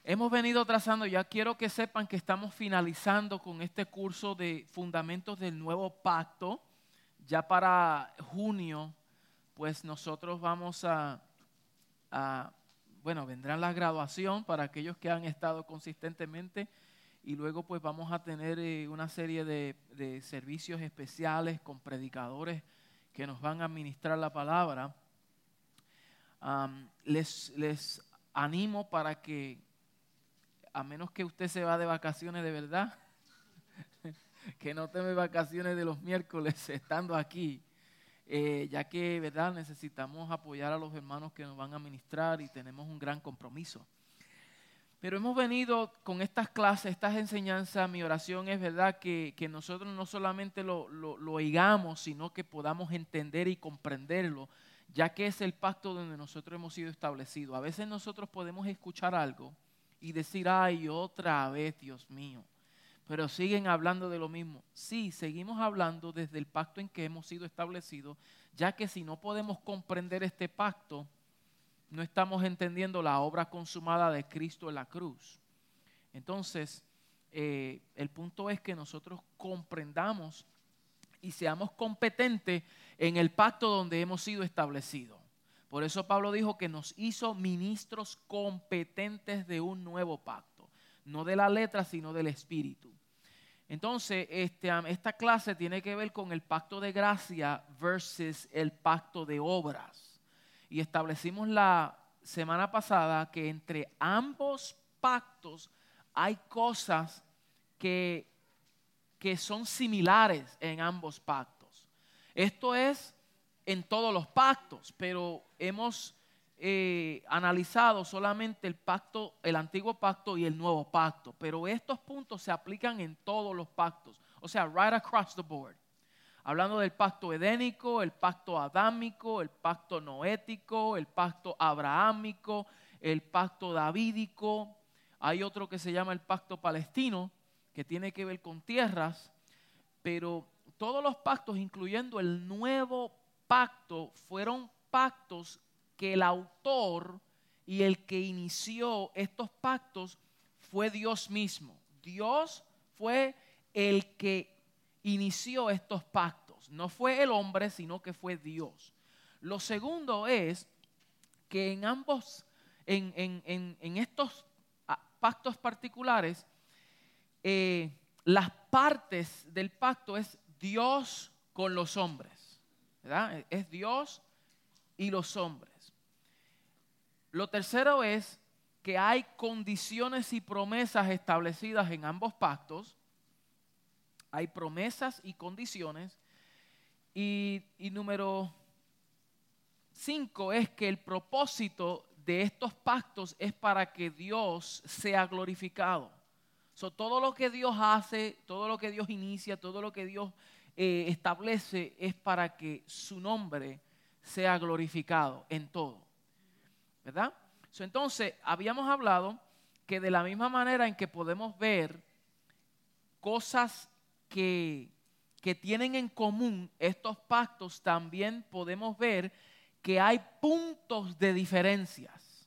Hemos venido trazando, ya quiero que sepan que estamos finalizando con este curso de Fundamentos del Nuevo Pacto. Ya para junio, pues nosotros vamos vendrá la graduación para aquellos que han estado consistentemente y luego pues vamos a tener una serie de servicios especiales con predicadores que nos van a ministrar la palabra. Les animo para que, a menos que usted se va de vacaciones de verdad, que no tome vacaciones de los miércoles estando aquí, ya que verdad necesitamos apoyar a los hermanos que nos van a ministrar y tenemos un gran compromiso. Pero hemos venido con estas clases, estas enseñanzas. Mi oración es verdad que nosotros no solamente lo oigamos, sino que podamos entender y comprenderlo, ya que es el pacto donde nosotros hemos sido establecidos. A veces nosotros podemos escuchar algo y decir, ay, otra vez, Dios mío, pero siguen hablando de lo mismo. Sí, seguimos hablando desde el pacto en que hemos sido establecidos, ya que si no podemos comprender este pacto, no estamos entendiendo la obra consumada de Cristo en la cruz. Entonces, el punto es que nosotros comprendamos y seamos competentes en el pacto donde hemos sido establecidos. Por eso Pablo dijo que nos hizo ministros competentes de un nuevo pacto, no de la letra, sino del espíritu. Entonces, esta clase tiene que ver con el pacto de gracia versus el pacto de obras. Y establecimos la semana pasada que entre ambos pactos hay cosas que son similares en ambos pactos. Esto es en todos los pactos, pero hemos analizado solamente el antiguo pacto y el nuevo pacto. Pero estos puntos se aplican en todos los pactos, o sea, right across the board. Hablando del pacto edénico, el pacto adámico, el pacto noético, el pacto abrahámico, el pacto davídico. Hay otro que se llama el pacto palestino, que tiene que ver con tierras. Pero todos los pactos, incluyendo el nuevo pacto, fueron pactos que el autor y el que inició estos pactos fue Dios mismo. Dios fue el que inició estos pactos. No fue el hombre, sino que fue Dios. Lo segundo es que en estos pactos particulares, las partes del pacto es Dios con los hombres, ¿verdad? Es Dios y los hombres. Lo tercero es que hay condiciones y promesas establecidas en ambos pactos. Hay promesas y condiciones. Y número 5 es que el propósito de estos pactos es para que Dios sea glorificado. Todo lo que Dios hace, todo lo que Dios inicia, todo lo que Dios establece es para que su nombre sea glorificado en todo, ¿verdad? Entonces, habíamos hablado que de la misma manera en que podemos ver cosas que tienen en común estos pactos, también podemos ver que hay puntos de diferencias.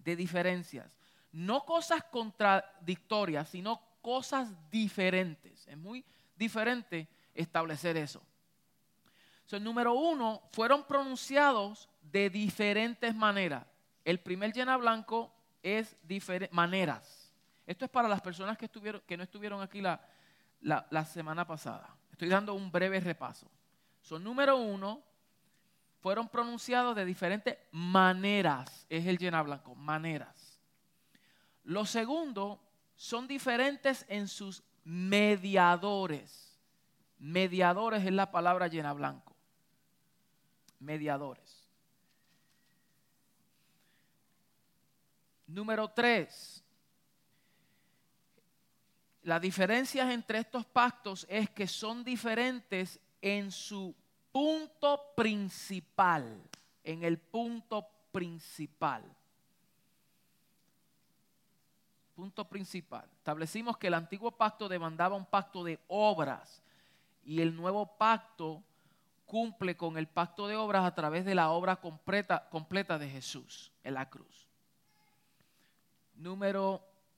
No cosas contradictorias, sino cosas diferentes. Es muy diferente establecer eso. Número 1, fueron pronunciados de diferentes maneras. El primer llena blanco es maneras. Esto es para las personas que no estuvieron aquí la semana pasada. Estoy dando un breve repaso. Número 1, fueron pronunciados de diferentes maneras. Es el llena blanco, maneras. Lo segundo, son diferentes en sus mediadores. Mediadores es la palabra llena blanco. Mediadores. Número 3. La diferencia entre estos pactos es que son diferentes en su punto principal. En el punto principal. Punto principal. Establecimos que el antiguo pacto demandaba un pacto de obras y el nuevo pacto cumple con el pacto de obras a través de la obra completa de Jesús en la cruz. Número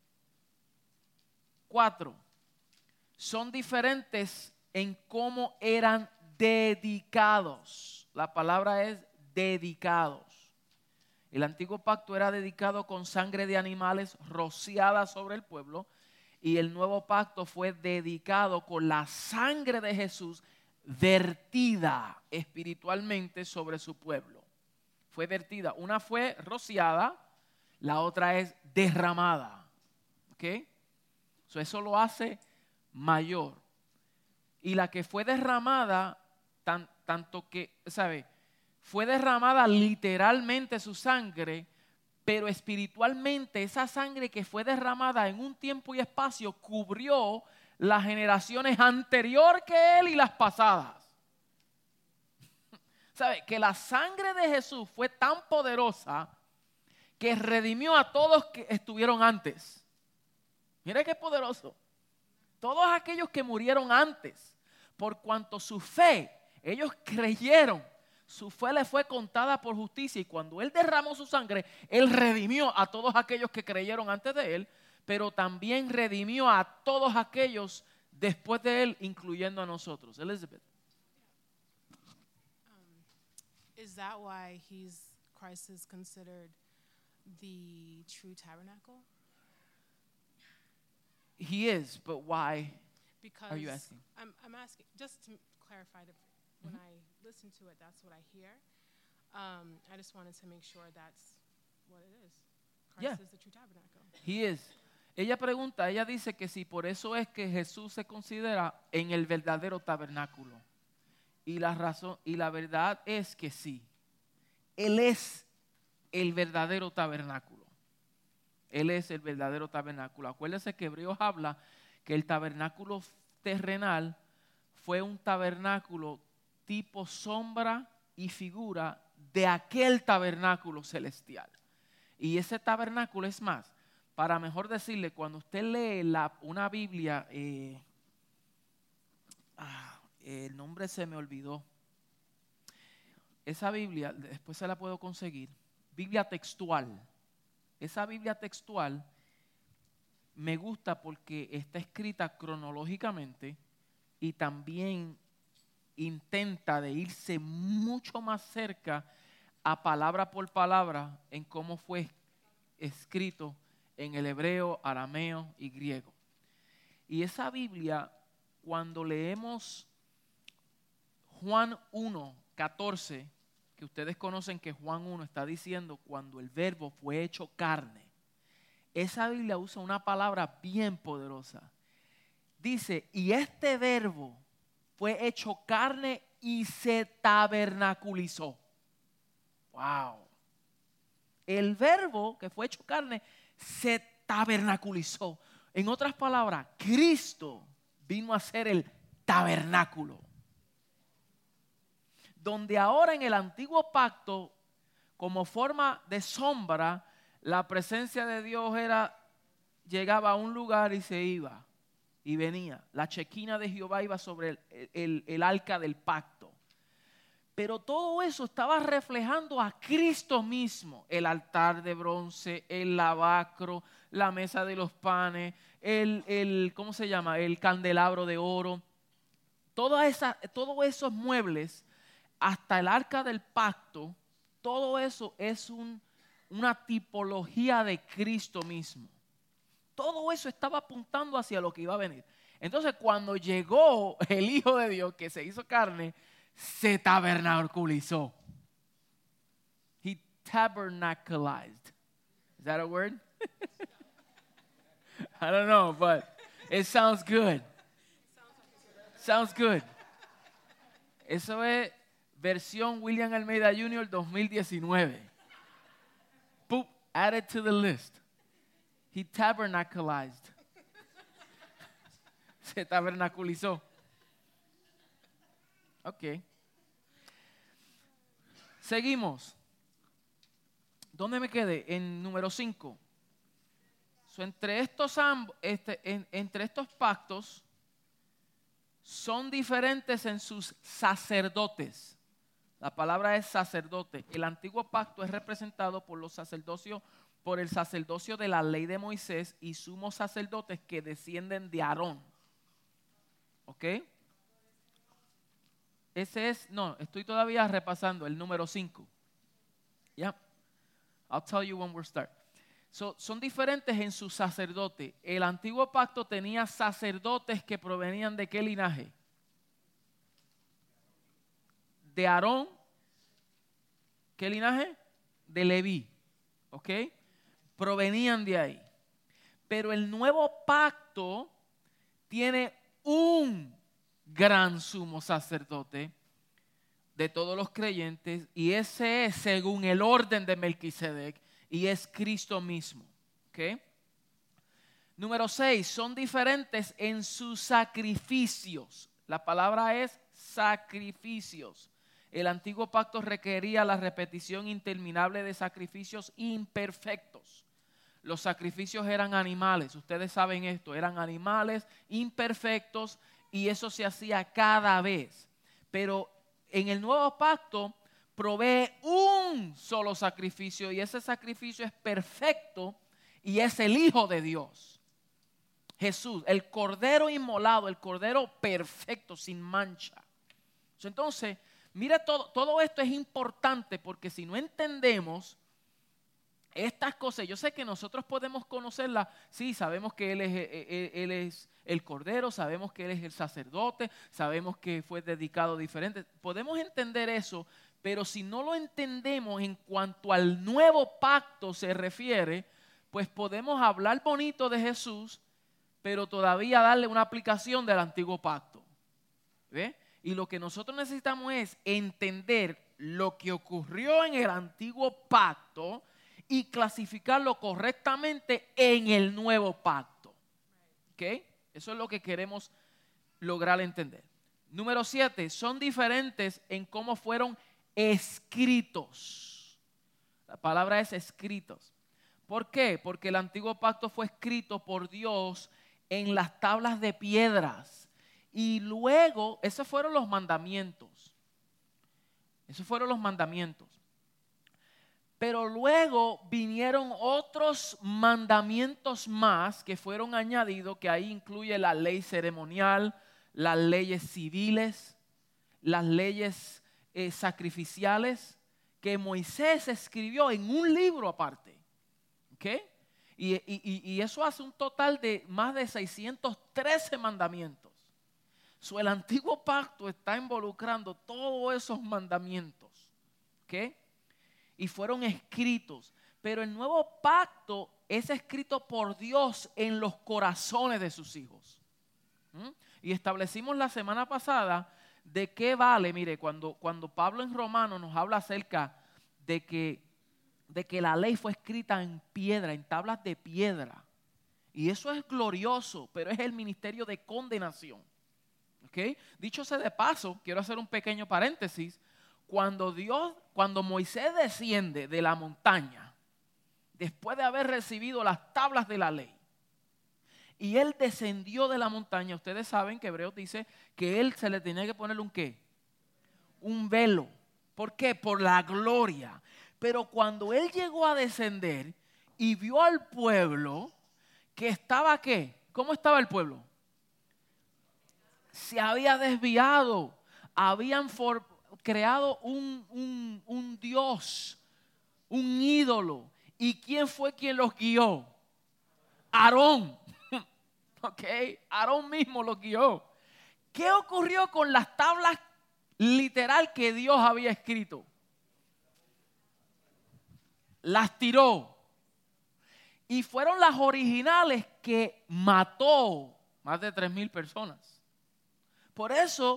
4. Son diferentes en cómo eran dedicados. La palabra es dedicados. El antiguo pacto era dedicado con sangre de animales rociada sobre el pueblo, y el nuevo pacto fue dedicado con la sangre de Jesús vertida espiritualmente sobre su pueblo. Fue vertida. Una fue rociada, la otra es derramada. ¿Ok? Eso lo hace mayor. Y la que fue derramada, tanto que, ¿sabe? Fue derramada literalmente su sangre, pero espiritualmente esa sangre que fue derramada en un tiempo y espacio cubrió las generaciones anterior que él y las pasadas. ¿Sabe? Que la sangre de Jesús fue tan poderosa que redimió a todos que estuvieron antes. Mira qué poderoso. Todos aquellos que murieron antes, por cuanto su fe, ellos creyeron, su fe le fue contada por justicia, y cuando él derramó su sangre, él redimió a todos aquellos que creyeron antes de él, pero también redimió a todos aquellos después de él, incluyendo a nosotros. Elizabeth. Is that why Christ is considered the true tabernacle? He is, but why Because are you asking? I'm asking just to clarify that when I listen to it, that's what I hear. I just wanted to make sure that's what it is. Christ is the true tabernacle. He is. Ella pregunta, ella dice que si por eso es que Jesús se considera en el verdadero tabernáculo. Y la razón y la verdad es que sí. Él es el verdadero tabernáculo. Él es el verdadero tabernáculo. Acuérdese que Hebreos habla que el tabernáculo terrenal fue un tabernáculo tipo sombra y figura de aquel tabernáculo celestial. Y ese tabernáculo, es más, para mejor decirle, cuando usted lee una Biblia, el nombre se me olvidó. Esa Biblia, después se la puedo conseguir, Biblia textual. Esa Biblia textual me gusta porque está escrita cronológicamente y también intenta de irse mucho más cerca a palabra por palabra en cómo fue escrito en el hebreo, arameo y griego. Y esa Biblia, cuando leemos Juan 1:14, que ustedes conocen que Juan 1 está diciendo cuando el verbo fue hecho carne, esa Biblia usa una palabra bien poderosa. Dice, y este verbo fue hecho carne y se tabernaculizó. Wow. El verbo que fue hecho carne se tabernaculizó. En otras palabras, Cristo vino a ser el tabernáculo. Donde ahora en el antiguo pacto, como forma de sombra, la presencia de Dios llegaba a un lugar y se iba y venía. La chequina de Jehová iba sobre el arca del pacto. Pero todo eso estaba reflejando a Cristo mismo. El altar de bronce, el lavacro, la mesa de los panes, ¿cómo se llama? El candelabro de oro. Todos esos muebles, hasta el arca del pacto, todo eso es una tipología de Cristo mismo. Todo eso estaba apuntando hacia lo que iba a venir. Entonces, cuando llegó el Hijo de Dios, que se hizo carne, se tabernaculizó. He tabernaclized. Is that a word? I don't know, but it sounds good. Sounds good. Eso es versión William Almeida Jr. 2019. Boop, added to the list. He tabernaclized. Se tabernaculizó. Ok. Seguimos. ¿Dónde me quedé? En número 5. Entre estos pactos son diferentes en sus sacerdotes. La palabra es sacerdote. El antiguo pacto es representado por los sacerdocios por el sacerdocio de la ley de Moisés y sumos sacerdotes que descienden de Aarón. ¿Ok? Estoy todavía repasando el número 5. ¿Ya? I'll tell you when we're start. Son diferentes en su sacerdote. El antiguo pacto tenía sacerdotes que provenían ¿de qué linaje? De Aarón. ¿Qué linaje? De Leví. ¿Ok? Provenían de ahí. Pero el nuevo pacto tiene un gran sumo sacerdote de todos los creyentes, y ese es según el orden de Melquisedec, y es Cristo mismo. ¿Okay? Número 6, son diferentes en sus sacrificios. La palabra es sacrificios. El antiguo pacto requería la repetición interminable de sacrificios imperfectos. Los sacrificios eran animales, ustedes saben esto, eran animales imperfectos, y eso se hacía cada vez. Pero en el nuevo pacto provee un solo sacrificio, y ese sacrificio es perfecto y es el Hijo de Dios. Jesús, el Cordero inmolado, el Cordero perfecto, sin mancha. Entonces, mira, todo esto es importante, porque si no entendemos estas cosas, yo sé que nosotros podemos conocerlas, sí, sabemos que Él es el Cordero, sabemos que Él es el sacerdote, sabemos que fue dedicado diferente, podemos entender eso, pero si no lo entendemos en cuanto al nuevo pacto se refiere, pues podemos hablar bonito de Jesús, pero todavía darle una aplicación del antiguo pacto. ¿Ve? Y lo que nosotros necesitamos es entender lo que ocurrió en el antiguo pacto y clasificarlo correctamente en el nuevo pacto. ¿Ok? Eso es lo que queremos lograr entender. Número 7, son diferentes en cómo fueron escritos. La palabra es escritos. ¿Por qué? Porque el antiguo pacto fue escrito por Dios en las tablas de piedras. Y luego, esos fueron los mandamientos. Esos fueron los mandamientos. Pero luego vinieron otros mandamientos más que fueron añadidos, que ahí incluye la ley ceremonial, las leyes civiles, las leyes sacrificiales, que Moisés escribió en un libro aparte. ¿Ok? Y eso hace un total de más de 613 mandamientos. El antiguo pacto está involucrando todos esos mandamientos. ¿Ok? Y fueron escritos. Pero el nuevo pacto es escrito por Dios en los corazones de sus hijos. Y establecimos la semana pasada de qué vale, mire, cuando Pablo en Romanos nos habla acerca de que la ley fue escrita en piedra, en tablas de piedra. Y eso es glorioso, pero es el ministerio de condenación. ¿Okay? Dicho sea de paso, quiero hacer un pequeño paréntesis. Cuando Moisés desciende de la montaña, después de haber recibido las tablas de la ley, y él descendió de la montaña, ustedes saben que Hebreos dice que él se le tenía que poner un ¿qué? Un velo. ¿Por qué? Por la gloria. Pero cuando él llegó a descender y vio al pueblo que estaba ¿qué? ¿Cómo estaba el pueblo? Se había desviado, habían creado un Dios, un ídolo. ¿Y quién fue quien los guió? Aarón. ¿Ok? Aarón mismo los guió. ¿Qué ocurrió con las tablas literal que Dios había escrito? Las tiró. Y fueron las originales que mató más de 3,000 personas. Por eso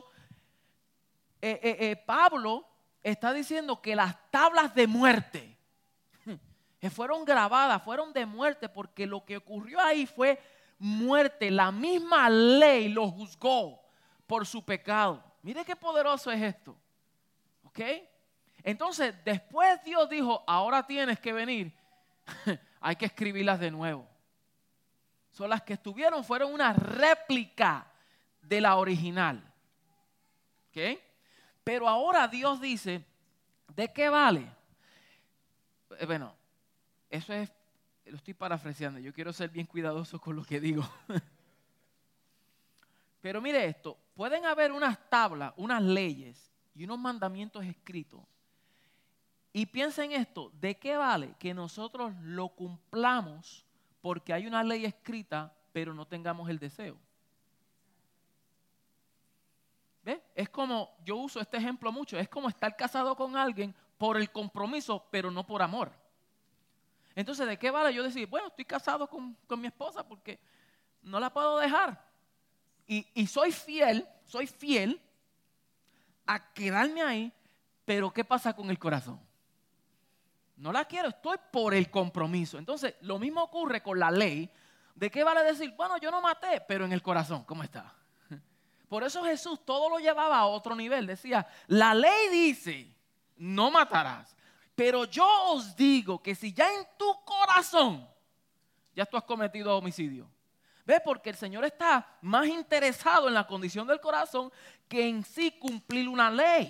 Pablo está diciendo que las tablas de muerte fueron grabadas, fueron de muerte, porque lo que ocurrió ahí fue muerte. La misma ley lo juzgó por su pecado. Mire qué poderoso es esto. ¿Ok? Entonces, después Dios dijo, ahora tienes que venir. Hay que escribirlas de nuevo. Las que estuvieron fueron una réplica de la original. ¿Ok? Pero ahora Dios dice, ¿de qué vale? Bueno, eso es lo estoy parafraseando, yo quiero ser bien cuidadoso con lo que digo. Pero mire esto, pueden haber unas tablas, unas leyes y unos mandamientos escritos. Y piensen esto, ¿de qué vale que nosotros lo cumplamos porque hay una ley escrita, pero no tengamos el deseo? ¿Ve? Es como, yo uso este ejemplo mucho, es como estar casado con alguien por el compromiso, pero no por amor. Entonces, ¿de qué vale yo decir, bueno, estoy casado con mi esposa porque no la puedo dejar? Y soy fiel a quedarme ahí, pero ¿qué pasa con el corazón? No la quiero, estoy por el compromiso. Entonces, lo mismo ocurre con la ley. ¿De qué vale decir, bueno, yo no maté, pero en el corazón, ¿cómo está? Por eso Jesús todo lo llevaba a otro nivel. Decía, la ley dice, no matarás. Pero yo os digo que si ya en tu corazón, ya tú has cometido homicidio. ¿Ves? Porque el Señor está más interesado en la condición del corazón que en sí cumplir una ley.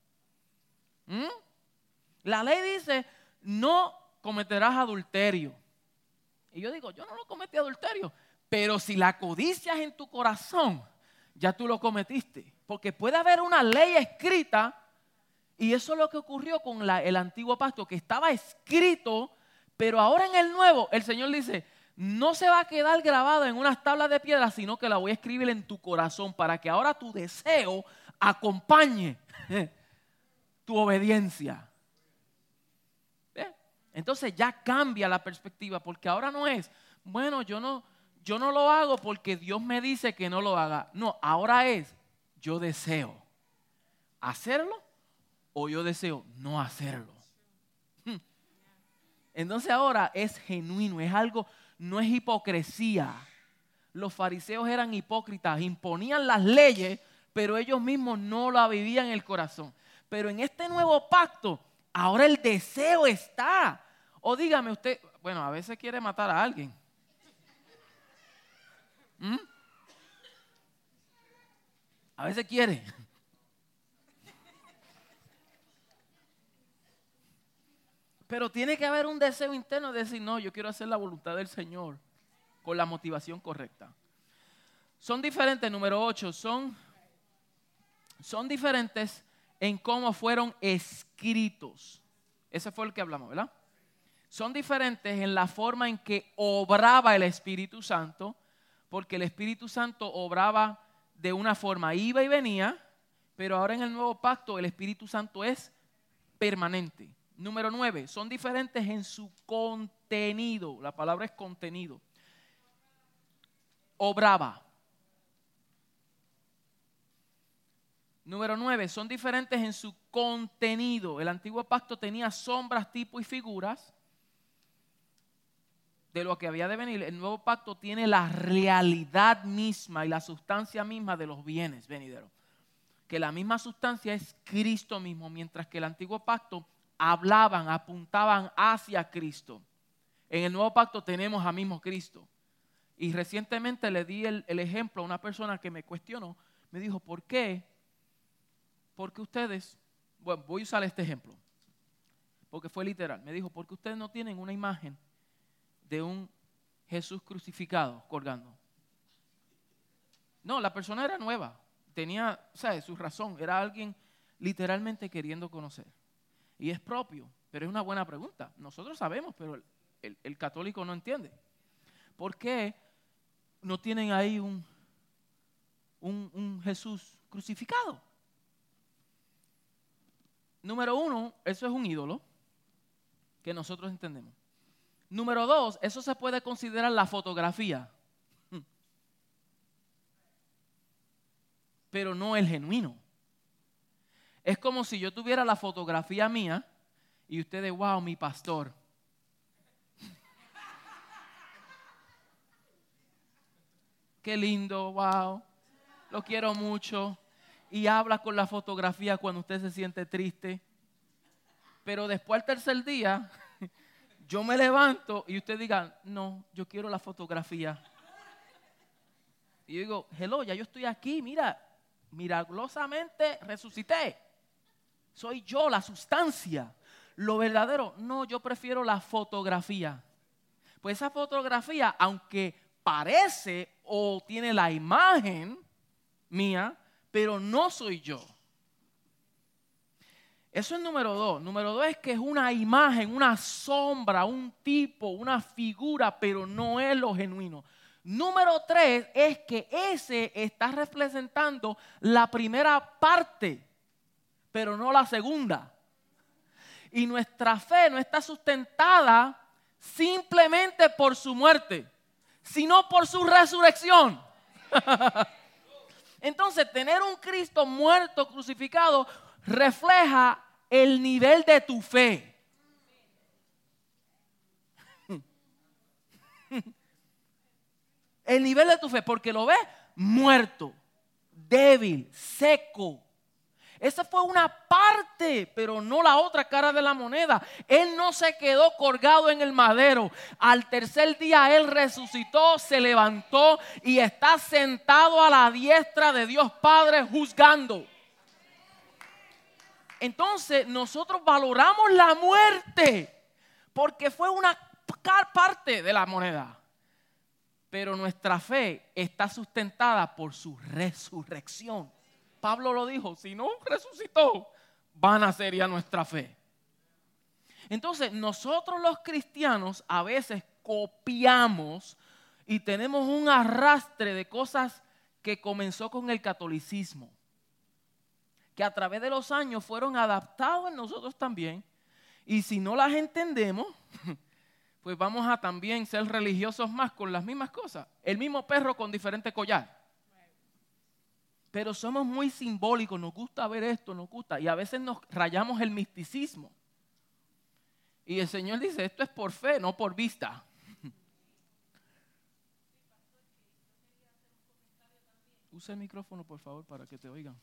La ley dice, no cometerás adulterio. Y yo digo, yo no lo cometí adulterio. Pero si la codicias en tu corazón, ya tú lo cometiste. Porque puede haber una ley escrita, y eso es lo que ocurrió con el antiguo pacto, que estaba escrito, pero ahora en el nuevo, el Señor dice, no se va a quedar grabado en unas tablas de piedra, sino que la voy a escribir en tu corazón, para que ahora tu deseo acompañe tu obediencia. Entonces ya cambia la perspectiva, porque ahora no es, bueno, yo no lo hago porque Dios me dice que no lo haga. No, ahora es, yo deseo hacerlo o yo deseo no hacerlo. Entonces ahora es genuino, es algo, no es hipocresía. Los fariseos eran hipócritas, imponían las leyes, pero ellos mismos no la vivían en el corazón. Pero en este nuevo pacto, ahora el deseo está. O dígame usted, bueno, a veces quiere matar a alguien. A veces quiere. Pero tiene que haber un deseo interno de decir, no, yo quiero hacer la voluntad del Señor con la motivación correcta. Son diferentes, número 8, son diferentes en cómo fueron escritos. Ese fue el que hablamos, ¿verdad? Son diferentes en la forma en que obraba el Espíritu Santo, porque el Espíritu Santo obraba de una forma, iba y venía, pero ahora en el nuevo pacto el Espíritu Santo es permanente. Número 9, son diferentes en su contenido. La palabra es contenido. Obraba. Número 9, son diferentes en su contenido. El antiguo pacto tenía sombras, tipos y figuras de lo que había de venir. El nuevo pacto tiene la realidad misma y la sustancia misma de los bienes venideros. Que la misma sustancia es Cristo mismo, mientras que el antiguo pacto hablaban, apuntaban hacia Cristo. En el nuevo pacto tenemos a mismo Cristo. Y recientemente le di el ejemplo a una persona que me cuestionó. Me dijo, ¿por qué? Porque ustedes, bueno, voy a usar este ejemplo, porque fue literal. Me dijo, porque ustedes no tienen una imagen de un Jesús crucificado colgando. No, la persona era nueva, tenía, ¿sabes?, su razón, era alguien literalmente queriendo conocer. Y es propio, pero es una buena pregunta. Nosotros sabemos, pero el católico no entiende. ¿Por qué no tienen ahí un Jesús crucificado? Número 1, eso es un ídolo que nosotros entendemos. Número 2, eso se puede considerar la fotografía, pero no el genuino. Es como si yo tuviera la fotografía mía y ustedes, wow, mi pastor. Qué lindo, wow, lo quiero mucho. Y habla con la fotografía cuando usted se siente triste. Pero después, al tercer día, yo me levanto y usted diga, no, yo quiero la fotografía. Y yo digo, hello, ya yo estoy aquí, mira, milagrosamente resucité. Soy yo, la sustancia. Lo verdadero, no, yo prefiero la fotografía. Pues esa fotografía, aunque parece o tiene la imagen mía, pero no soy yo. Eso es número 2. Número 2 es que es una imagen, una sombra, un tipo, una figura, pero no es lo genuino. Número 3 es que ese está representando la primera parte, pero no la segunda. Y nuestra fe no está sustentada simplemente por su muerte, sino por su resurrección. Entonces, tener un Cristo muerto, crucificado, refleja el nivel de tu fe. El nivel de tu fe, porque lo ves muerto, débil, seco. Esa fue una parte, pero no la otra cara de la moneda. Él no se quedó colgado en el madero. Al tercer día Él resucitó, se levantó y está sentado a la diestra de Dios Padre juzgando. Entonces nosotros valoramos la muerte porque fue una parte de la moneda. Pero nuestra fe está sustentada por su resurrección. Pablo lo dijo, si no resucitó, vana sería nuestra fe. Entonces nosotros los cristianos a veces copiamos y tenemos un arrastre de cosas que comenzó con el catolicismo, que a través de los años fueron adaptados en nosotros también. Y si no las entendemos, pues vamos a también ser religiosos más con las mismas cosas. El mismo perro con diferente collar. Pero somos muy simbólicos, nos gusta ver esto, nos gusta. Y a veces nos rayamos el misticismo. Y el Señor dice, esto es por fe, no por vista. Usa el micrófono, por favor, para que te oigan.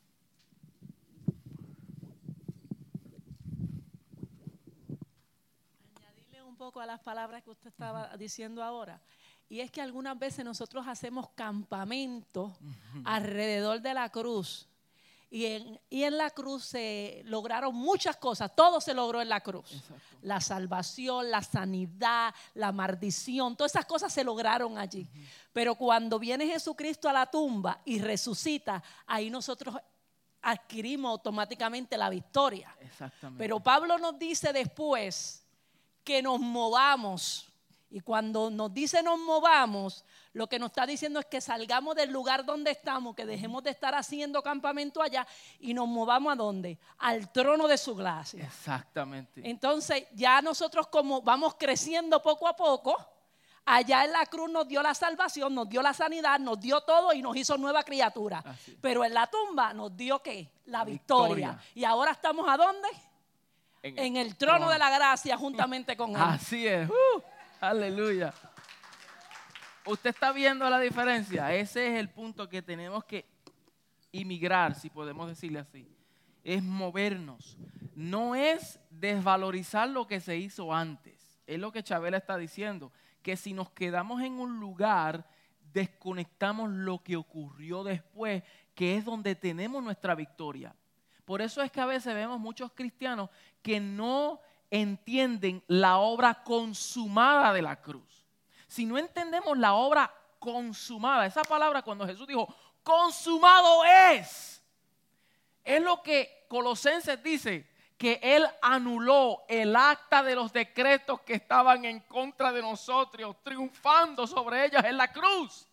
Añadirle un poco a las palabras que usted estaba diciendo ahora. Y es que algunas veces nosotros hacemos campamentos alrededor de la cruz. Y en la cruz se lograron muchas cosas. Todo se logró en la cruz. Exacto. La salvación, la sanidad, la maldición. Todas esas cosas se lograron allí. Pero cuando viene Jesucristo a la tumba y resucita, ahí nosotros adquirimos automáticamente la victoria. Exactamente. Pero Pablo nos dice después que nos movamos. Y cuando nos dice nos movamos, lo que nos está diciendo es que salgamos del lugar donde estamos, que dejemos de estar haciendo campamento allá y nos movamos ¿a dónde? Al trono de su gracia. Exactamente. Entonces ya nosotros como vamos creciendo poco a poco, allá en la cruz nos dio la salvación, nos dio la sanidad, nos dio todo y nos hizo nueva criatura. Pero en la tumba nos dio ¿qué? La victoria. Y ahora estamos ¿a dónde? En el trono de la gracia juntamente con Él. Así es. Aleluya. ¿Usted está viendo la diferencia? Ese es el punto que tenemos que inmigrar, si podemos decirle así. Es movernos. No es desvalorizar lo que se hizo antes. Es lo que Chabela está diciendo. Que si nos quedamos en un lugar, desconectamos lo que ocurrió después, que es donde tenemos nuestra victoria. Por eso es que a veces vemos muchos cristianos que no entienden la obra consumada de la cruz. Si no entendemos la obra consumada, esa palabra cuando Jesús dijo, consumado es lo que Colosenses dice, que Él anuló el acta de los decretos que estaban en contra de nosotros, triunfando sobre ellas en la cruz.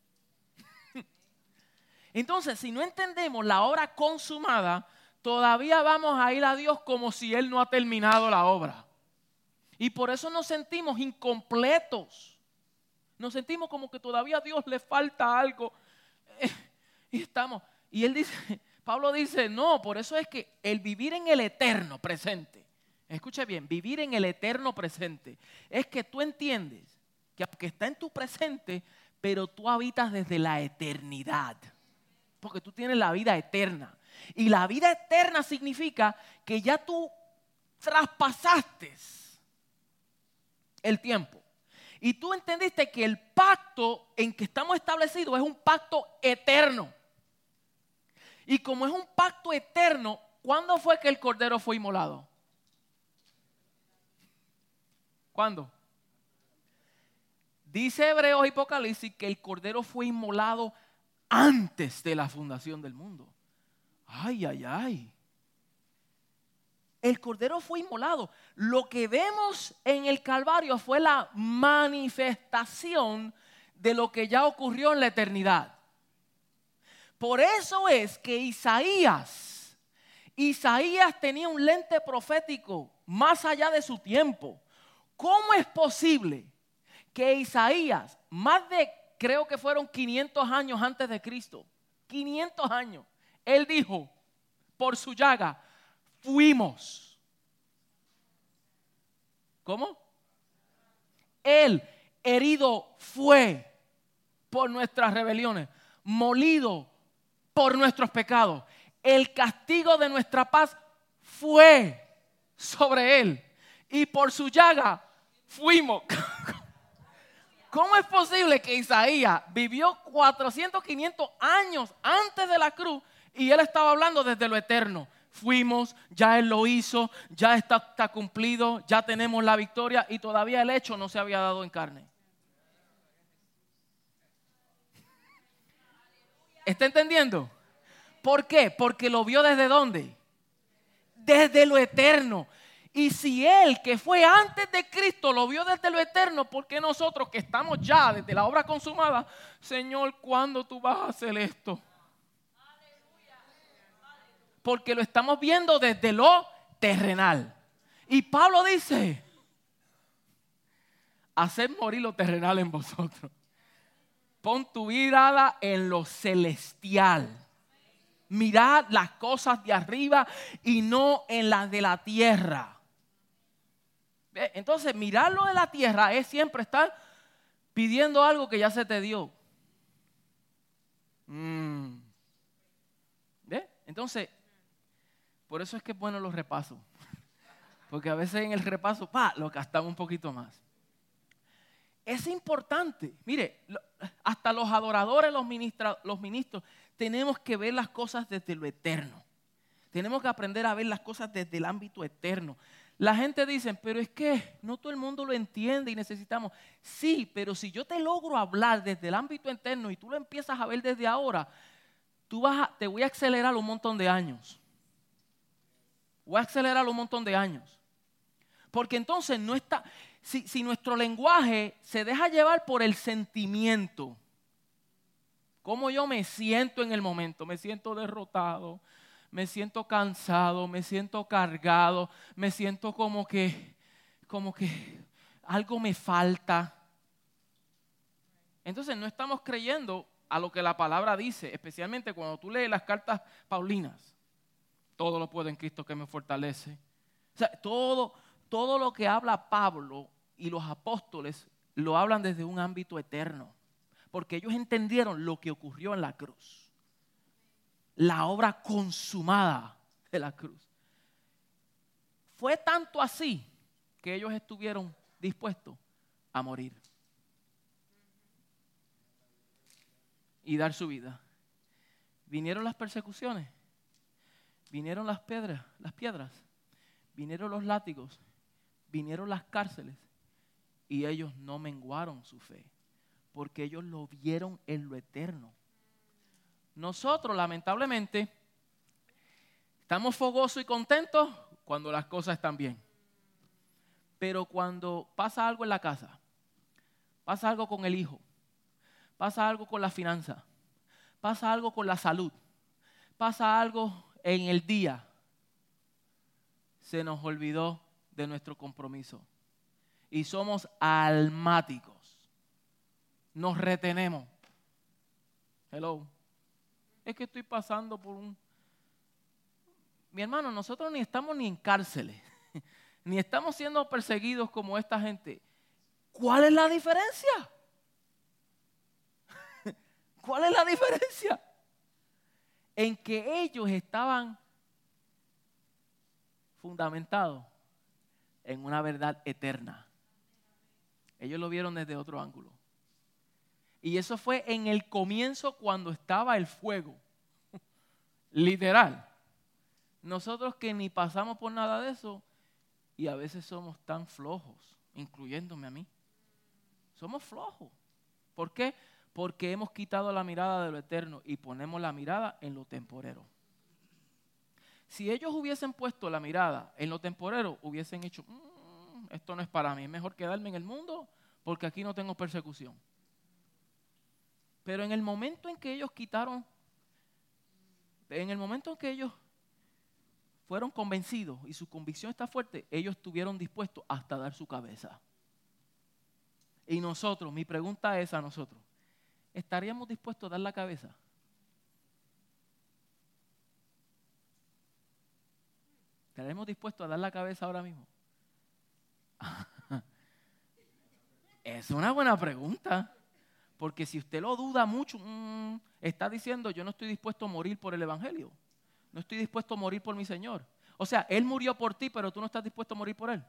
Entonces, si no entendemos la obra consumada, todavía vamos a ir a Dios como si Él no ha terminado la obra. Y por eso nos sentimos incompletos. Nos sentimos como que todavía a Dios le falta algo. Y él dice, Pablo dice, no, por eso es que el vivir en el eterno presente, escuche bien, vivir en el eterno presente, es que tú entiendes que aunque está en tu presente, pero tú habitas desde la eternidad. Porque tú tienes la vida eterna. Y la vida eterna significa que ya tú traspasaste el tiempo. Y tú entendiste que el pacto en que estamos establecidos es un pacto eterno. Y como es un pacto eterno, ¿cuándo fue que el cordero fue inmolado? ¿Cuándo? Dice Hebreos y Apocalipsis que el Cordero fue inmolado antes de la fundación del mundo. Ay, ay, ay. El Cordero fue inmolado. Lo que vemos en el Calvario fue la manifestación de lo que ya ocurrió en la eternidad. Por eso es que Isaías tenía un lente profético más allá de su tiempo. ¿Cómo es posible que Isaías, más de, creo que fueron 500 años antes de Cristo, 500 años, él dijo, por su llaga, fuimos. ¿Cómo? Él herido fue por nuestras rebeliones, molido por nuestros pecados. El castigo de nuestra paz fue sobre él y por su llaga fuimos. ¿Cómo es posible que Isaías vivió 400, 500 años antes de la cruz y él estaba hablando desde lo eterno? Fuimos, ya él lo hizo, ya está cumplido, ya tenemos la victoria y todavía el hecho no se había dado en carne. ¿Está entendiendo? ¿Por qué? Porque lo vio desde ¿dónde? Desde lo eterno. Y si él, que fue antes de Cristo, lo vio desde lo eterno, ¿por qué nosotros que estamos ya desde la obra consumada, Señor, ¿cuándo tú vas a hacer esto? Porque lo estamos viendo desde lo terrenal. Y Pablo dice, haced morir lo terrenal en vosotros. Pon tu mirada en lo celestial. Mirad las cosas de arriba y no en las de la tierra. Entonces, mirar lo de la tierra es siempre estar pidiendo algo que ya se te dio. ¿Ve? Entonces, por eso es que es bueno los repasos. Porque a veces en el repaso, lo gastamos un poquito más. Es importante. Mire, hasta los adoradores, los ministros, tenemos que ver las cosas desde lo eterno. Tenemos que aprender a ver las cosas desde el ámbito eterno. La gente dice, pero es que no todo el mundo lo entiende y necesitamos. Sí, pero si yo te logro hablar desde el ámbito eterno y tú lo empiezas a ver desde ahora, te voy a acelerar un montón de años. Voy a acelerar un montón de años. Porque entonces no está, si nuestro lenguaje se deja llevar por el sentimiento, cómo yo me siento en el momento, me siento derrotado, me siento cansado, me siento cargado, me siento como que algo me falta. Entonces no estamos creyendo a lo que la palabra dice, especialmente cuando tú lees las cartas paulinas. Todo lo puedo en Cristo que me fortalece. O sea, todo lo que habla Pablo y los apóstoles lo hablan desde un ámbito eterno. Porque ellos entendieron lo que ocurrió en la cruz. La obra consumada de la cruz. Fue tanto así que ellos estuvieron dispuestos a morir. Y dar su vida. Vinieron las persecuciones. Vinieron las piedras, vinieron los látigos, vinieron las cárceles y ellos no menguaron su fe porque ellos lo vieron en lo eterno. Nosotros, lamentablemente, estamos fogosos y contentos cuando las cosas están bien. Pero cuando pasa algo en la casa, pasa algo con el hijo, pasa algo con la finanza, pasa algo con la salud, pasa algo en el día, se nos olvidó de nuestro compromiso. Y somos almáticos. Nos retenemos. Hello. Es que estoy pasando por Mi hermano, nosotros ni estamos ni en cárceles, ni estamos siendo perseguidos como esta gente. ¿Cuál es la diferencia? ¿Cuál es la diferencia? En que ellos estaban fundamentados en una verdad eterna. Ellos lo vieron desde otro ángulo. Y eso fue en el comienzo cuando estaba el fuego. Literal. Nosotros que ni pasamos por nada de eso y a veces somos tan flojos, incluyéndome a mí. Somos flojos. ¿Por qué? Porque hemos quitado la mirada de lo eterno y ponemos la mirada en lo temporero. Si ellos hubiesen puesto la mirada en lo temporero, hubiesen hecho, esto no es para mí, es mejor quedarme en el mundo porque aquí no tengo persecución. Pero en el momento en que ellos fueron convencidos y su convicción está fuerte, ellos estuvieron dispuestos hasta dar su cabeza. Y nosotros, mi pregunta es a nosotros, ¿estaríamos dispuestos a dar la cabeza? ¿Estaremos dispuestos a dar la cabeza ahora mismo? Es una buena pregunta. Porque si usted lo duda mucho, está diciendo, yo no estoy dispuesto a morir por el evangelio. No estoy dispuesto a morir por mi Señor. O sea, Él murió por ti, pero tú no estás dispuesto a morir por Él.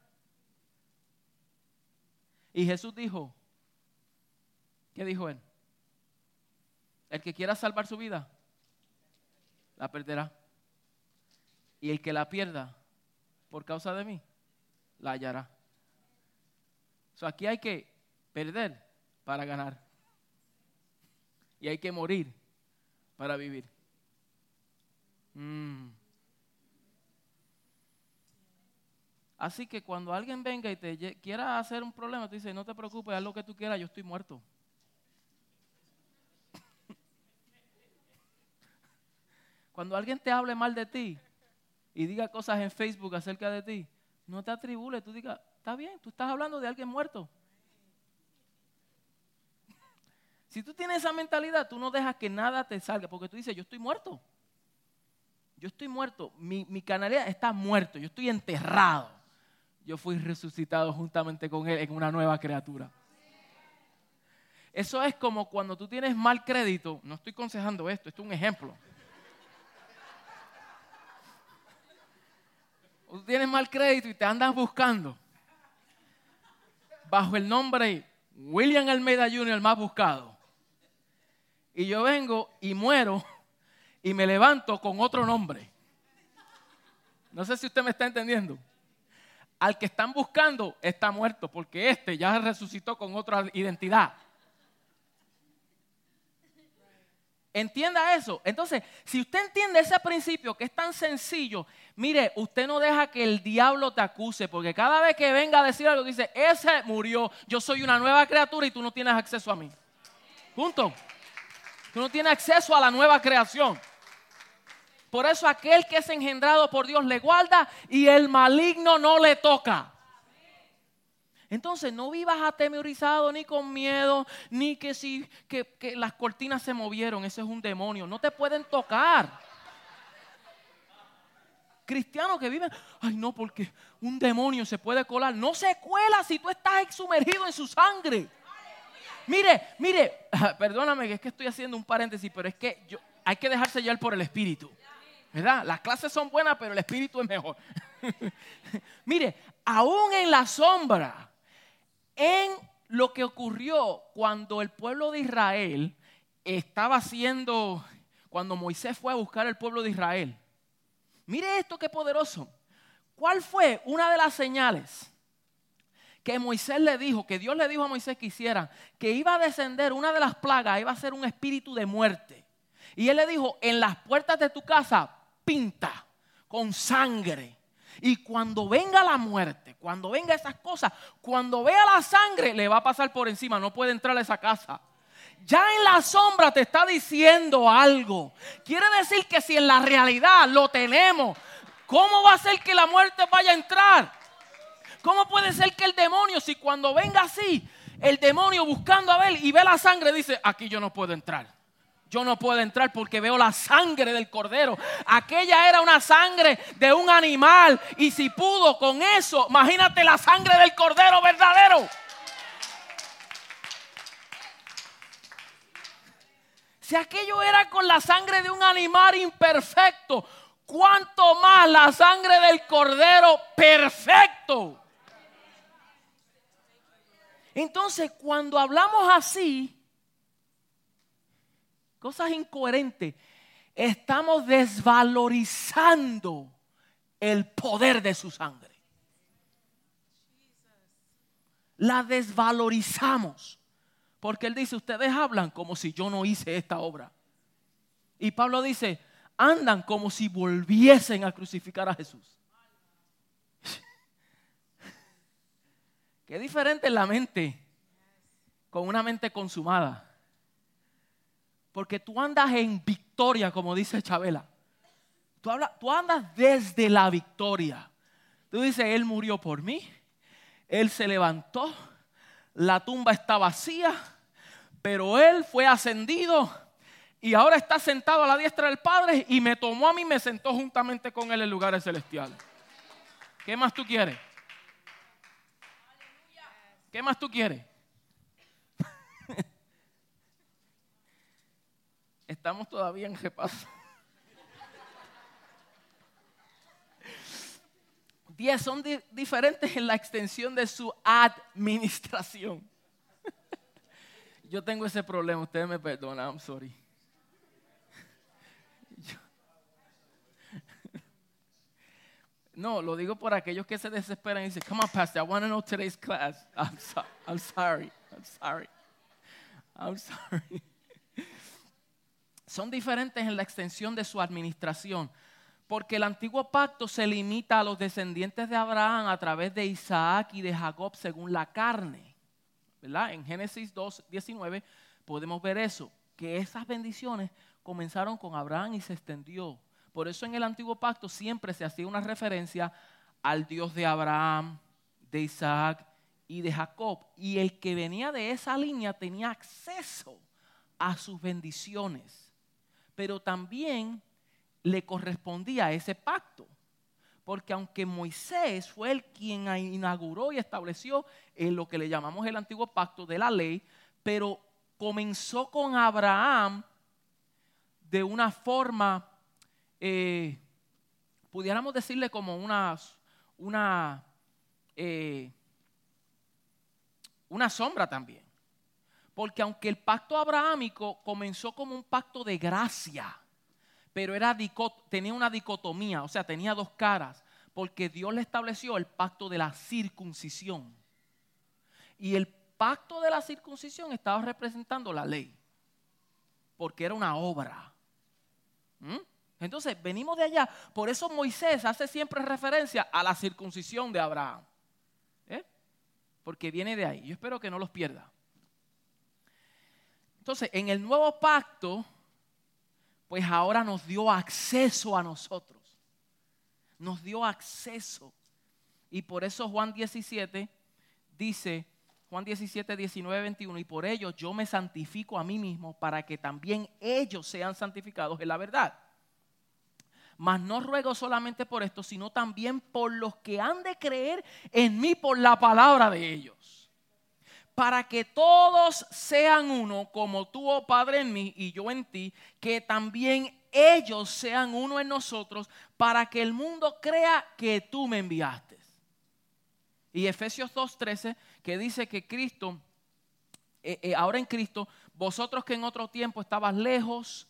Y Jesús dijo, ¿qué dijo Él? El que quiera salvar su vida, la perderá. Y el que la pierda por causa de mí, la hallará. O sea, aquí hay que perder para ganar. Y hay que morir para vivir. Así que cuando alguien venga y te quiera hacer un problema, te dice, no te preocupes, haz lo que tú quieras, yo estoy muerto. Cuando alguien te hable mal de ti y diga cosas en Facebook acerca de ti, no te atribules, tú digas, está bien, tú estás hablando de alguien muerto. Si tú tienes esa mentalidad, tú no dejas que nada te salga, porque tú dices, yo estoy muerto. Yo estoy muerto, mi canalidad está muerto, yo estoy enterrado. Yo fui resucitado juntamente con Él en una nueva criatura. Eso es como cuando tú tienes mal crédito, no estoy aconsejando esto es un ejemplo. Tú tienes mal crédito y te andas buscando bajo el nombre William Almeida Jr., el más buscado. Y yo vengo y muero y me levanto con otro nombre. No sé si usted me está entendiendo. Al que están buscando está muerto porque este ya resucitó con otra identidad. Entienda eso. Entonces, si usted entiende ese principio que es tan sencillo, mire, usted no deja que el diablo te acuse, porque cada vez que venga a decir algo, dice, ese murió, yo soy una nueva criatura y tú no tienes acceso a mí. Punto. Tú no tienes acceso a la nueva creación. Por eso aquel que es engendrado por Dios le guarda y el maligno no le toca. Entonces no vivas atemorizado ni con miedo, ni que las cortinas se movieron, ese es un demonio, no te pueden tocar. Cristianos que viven, ay no, porque un demonio se puede colar, no se cuela si tú estás sumergido en su sangre. Mire, perdóname que es que estoy haciendo un paréntesis, pero es que hay que dejarse llevar por el Espíritu. ¿Verdad? Las clases son buenas, pero el Espíritu es mejor. Mire, aún en la sombra, en lo que ocurrió cuando el pueblo de Israel estaba haciendo, cuando Moisés fue a buscar al pueblo de Israel. Mire esto qué poderoso. ¿Cuál fue una de las señales que Moisés le dijo, que Dios le dijo a Moisés que hiciera? Que iba a descender una de las plagas, iba a ser un espíritu de muerte. Y él le dijo, en las puertas de tu casa pinta con sangre. Y cuando venga la muerte, cuando venga esas cosas, cuando vea la sangre, le va a pasar por encima, no puede entrar a esa casa. Ya en la sombra te está diciendo algo. Quiere decir que si en la realidad lo tenemos, ¿cómo va a ser que la muerte vaya a entrar? ¿Cómo puede ser que el demonio, si cuando venga así, el demonio buscando a ver y ve la sangre, dice, aquí yo no puedo entrar? Yo no puedo entrar porque veo la sangre del cordero. Aquella era una sangre de un animal. Y si pudo con eso, imagínate la sangre del cordero verdadero. Si aquello era con la sangre de un animal imperfecto, ¿cuánto más la sangre del cordero perfecto? Entonces, cuando hablamos así, cosas incoherentes, estamos desvalorizando el poder de su sangre. la desvalorizamos. Porque él dice, ustedes hablan como si yo no hice esta obra. Y Pablo dice, andan como si volviesen a crucificar a Jesús. Qué diferente es la mente con una mente consumada. Porque tú andas en victoria, como dice Chabela. Tú andas desde la victoria. Tú dices, Él murió por mí. Él se levantó. La tumba está vacía. Pero Él fue ascendido. Y ahora está sentado a la diestra del Padre. Y me tomó a mí y me sentó juntamente con Él en lugares celestiales. ¿Qué más tú quieres? ¿Qué más tú quieres? Estamos todavía en repaso. 10 son diferentes en la extensión de su administración. Yo tengo ese problema, ustedes me perdonan, I'm sorry. No, lo digo por aquellos que se desesperan y dicen, come on, Pastor, I want to know today's class. I'm sorry. Son diferentes en la extensión de su administración, porque el antiguo pacto se limita a los descendientes de Abraham a través de Isaac y de Jacob según la carne, ¿verdad? En Génesis 2:19 podemos ver eso, que esas bendiciones comenzaron con Abraham y se extendió. Por eso en el antiguo pacto siempre se hacía una referencia al Dios de Abraham, de Isaac y de Jacob. Y el que venía de esa línea tenía acceso a sus bendiciones. Pero también le correspondía a ese pacto. Porque aunque Moisés fue el quien inauguró y estableció lo que le llamamos el antiguo pacto de la ley, pero comenzó con Abraham de una forma, pudiéramos decirle como una sombra también. Porque aunque el pacto abrahámico comenzó como un pacto de gracia, pero tenía una dicotomía, o sea, tenía dos caras, porque Dios le estableció el pacto de la circuncisión. Y el pacto de la circuncisión estaba representando la ley, porque era una obra. Entonces, venimos de allá. Por eso Moisés hace siempre referencia a la circuncisión de Abraham. Porque viene de ahí. Yo espero que no los pierda. Entonces, en el nuevo pacto, pues ahora nos dio acceso a nosotros. Nos dio acceso. Y por eso Juan 17 dice, Juan 17, 19, 21, y por ello yo me santifico a mí mismo para que también ellos sean santificados en la verdad. Mas no ruego solamente por esto, sino también por los que han de creer en mí por la palabra de ellos. Para que todos sean uno, como tú, oh Padre, en mí y yo en ti, que también ellos sean uno en nosotros, para que el mundo crea que tú me enviaste. Y Efesios 2:13, que dice que Cristo, ahora en Cristo, vosotros que en otro tiempo estabas lejos,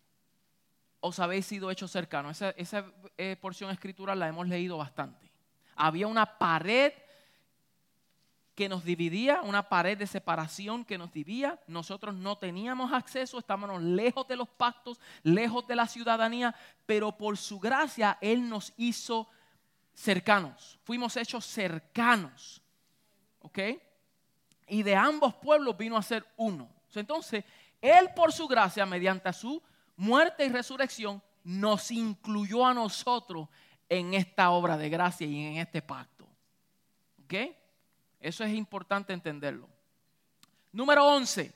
os habéis sido hechos cercanos. Esa porción escritural la hemos leído bastante. Había una pared que nos dividía, una pared de separación que nos dividía. Nosotros no teníamos acceso, estábamos lejos de los pactos, lejos de la ciudadanía, pero por su gracia Él nos hizo cercanos. Fuimos hechos cercanos. ¿Ok? Y de ambos pueblos vino a ser uno. Entonces, Él por su gracia, mediante su muerte y resurrección, nos incluyó a nosotros en esta obra de gracia y en este pacto. ¿Ok? Eso es importante entenderlo. Número 11.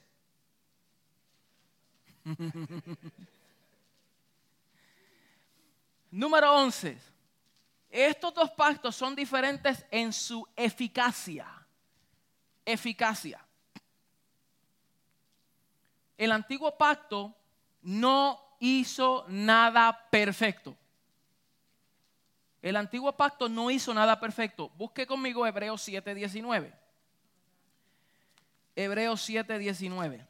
Número 11. Estos dos pactos son diferentes en su eficacia. Eficacia. El antiguo pacto no hizo nada perfecto. El antiguo pacto no hizo nada perfecto. Busque conmigo Hebreos 7:19. Hebreos 7:19.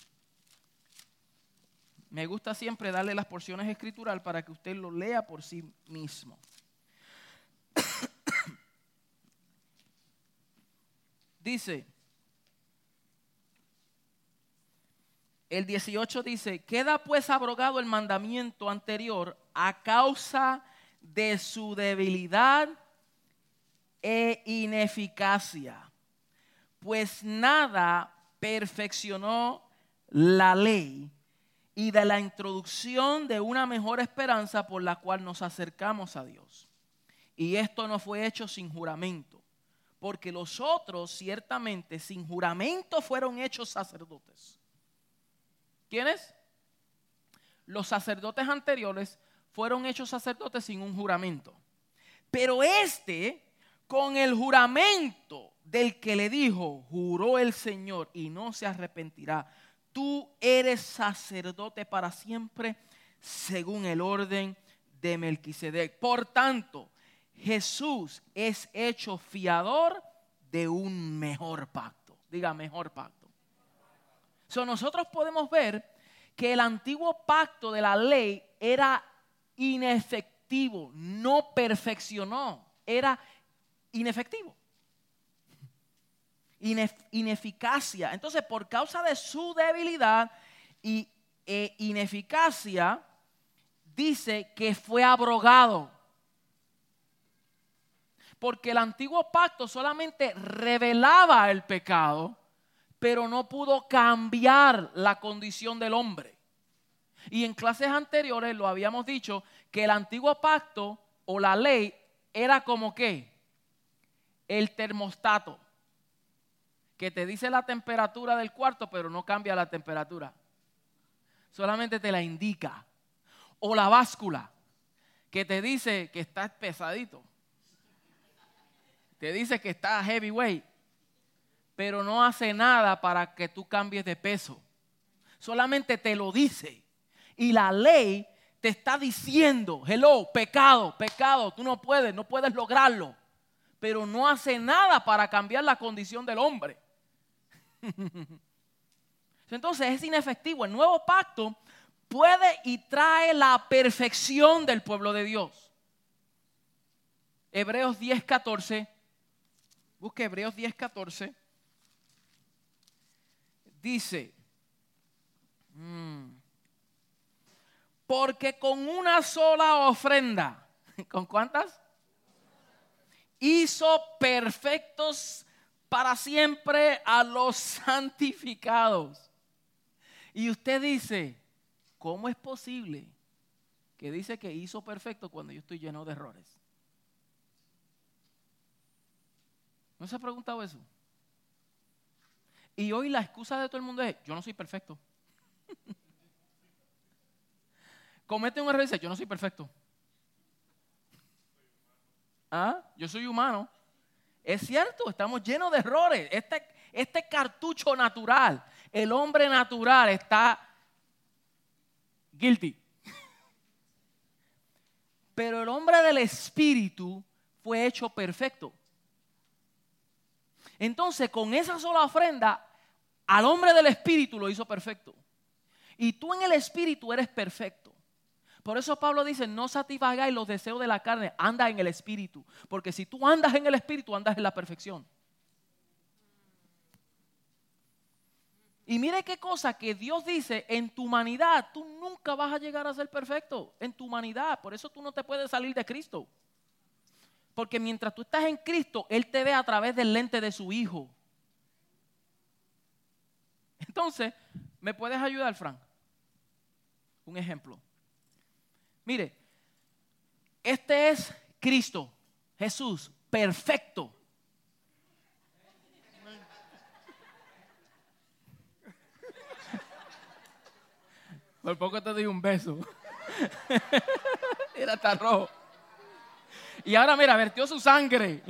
Me gusta siempre darle las porciones escriturales para que usted lo lea por sí mismo. dice, el 18 dice, queda pues abrogado el mandamiento anterior a causa de su debilidad e ineficacia, pues nada perfeccionó la ley y de la introducción de una mejor esperanza por la cual nos acercamos a Dios. Y esto no fue hecho sin juramento, porque los otros ciertamente sin juramento fueron hechos sacerdotes. ¿Quiénes? Los sacerdotes anteriores fueron hechos sacerdotes sin un juramento. Pero este, con el juramento del que le dijo, juró el Señor y no se arrepentirá, tú eres sacerdote para siempre según el orden de Melquisedec. Por tanto, Jesús es hecho fiador de un mejor pacto. Diga, mejor pacto. Nosotros podemos ver que el antiguo pacto de la ley era inefectivo, no perfeccionó, era inefectivo. Ineficacia. Entonces, por causa de su debilidad e ineficacia, dice que fue abrogado. Porque el antiguo pacto solamente revelaba el pecado, pero no pudo cambiar la condición del hombre. Y en clases anteriores lo habíamos dicho que el antiguo pacto o la ley era como ¿qué? El termostato, que te dice la temperatura del cuarto, pero no cambia la temperatura. Solamente te la indica. O la báscula, que te dice que estás pesadito. Te dice que estás heavyweight, pero no hace nada para que tú cambies de peso. Solamente te lo dice. Y la ley te está diciendo, hello, pecado, tú no puedes lograrlo. Pero no hace nada para cambiar la condición del hombre. Entonces es inefectivo. El nuevo pacto puede y trae la perfección del pueblo de Dios. Hebreos 10:14. Busque Hebreos 10:14. Dice, porque con una sola ofrenda, ¿con cuántas? Hizo perfectos para siempre a los santificados. Y usted dice, ¿cómo es posible que dice que hizo perfecto cuando yo estoy lleno de errores? ¿No se ha preguntado eso? Y hoy la excusa de todo el mundo es, yo no soy perfecto. Comete un error y dice, yo no soy perfecto. Yo soy humano. Es cierto, estamos llenos de errores. Este cartucho natural, el hombre natural está guilty. Pero el hombre del espíritu fue hecho perfecto. Entonces, con esa sola ofrenda, al hombre del espíritu lo hizo perfecto. Y tú en el espíritu eres perfecto. Por eso Pablo dice, no satisfagáis los deseos de la carne, anda en el espíritu. Porque si tú andas en el espíritu, andas en la perfección. Y mire qué cosa que Dios dice, en tu humanidad, tú nunca vas a llegar a ser perfecto. En tu humanidad, por eso tú no te puedes salir de Cristo. Porque mientras tú estás en Cristo, Él te ve a través del lente de su Hijo. Entonces, ¿me puedes ayudar, Frank? Un ejemplo. Mire, este es Cristo, Jesús, perfecto. Por poco te doy un beso. Era tan rojo. Y ahora mira, vertió su sangre.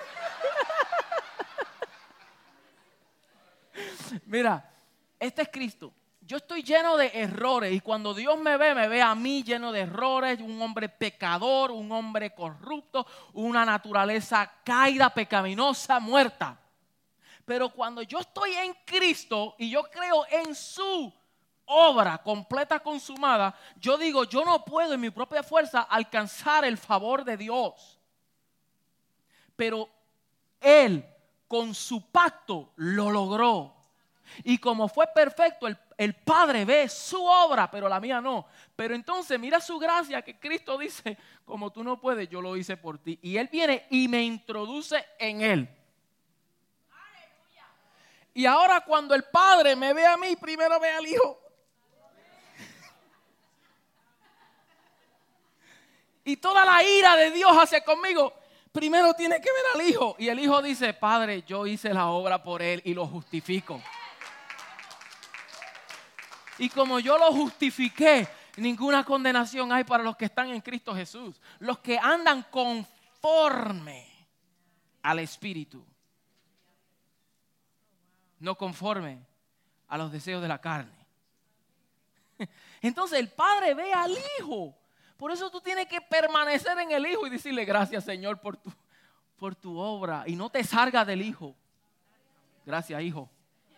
Mira, este es Cristo. Yo estoy lleno de errores y cuando Dios me ve a mí lleno de errores, un hombre pecador, un hombre corrupto, una naturaleza caída, pecaminosa, muerta. Pero cuando yo estoy en Cristo y yo creo en su obra completa, consumada, yo digo, yo no puedo en mi propia fuerza alcanzar el favor de Dios. Pero Él, con su pacto lo logró. Y como fue perfecto, el Padre ve su obra, pero la mía no. Pero entonces mira su gracia, que Cristo dice, como tú no puedes, yo lo hice por ti. Y Él viene y me introduce en Él. Y ahora cuando el Padre me ve a mí, primero ve al Hijo. Y toda la ira de Dios hacia conmigo, primero tiene que ver al Hijo. Y el Hijo dice, Padre, yo hice la obra por Él y lo justifico. Y como yo lo justifiqué, ninguna condenación hay para los que están en Cristo Jesús. Los que andan conforme al Espíritu. No conforme a los deseos de la carne. Entonces el Padre ve al Hijo. Por eso tú tienes que permanecer en el Hijo y decirle gracias, Señor, por tu obra. Y no te salgas del Hijo. Gracias, Hijo.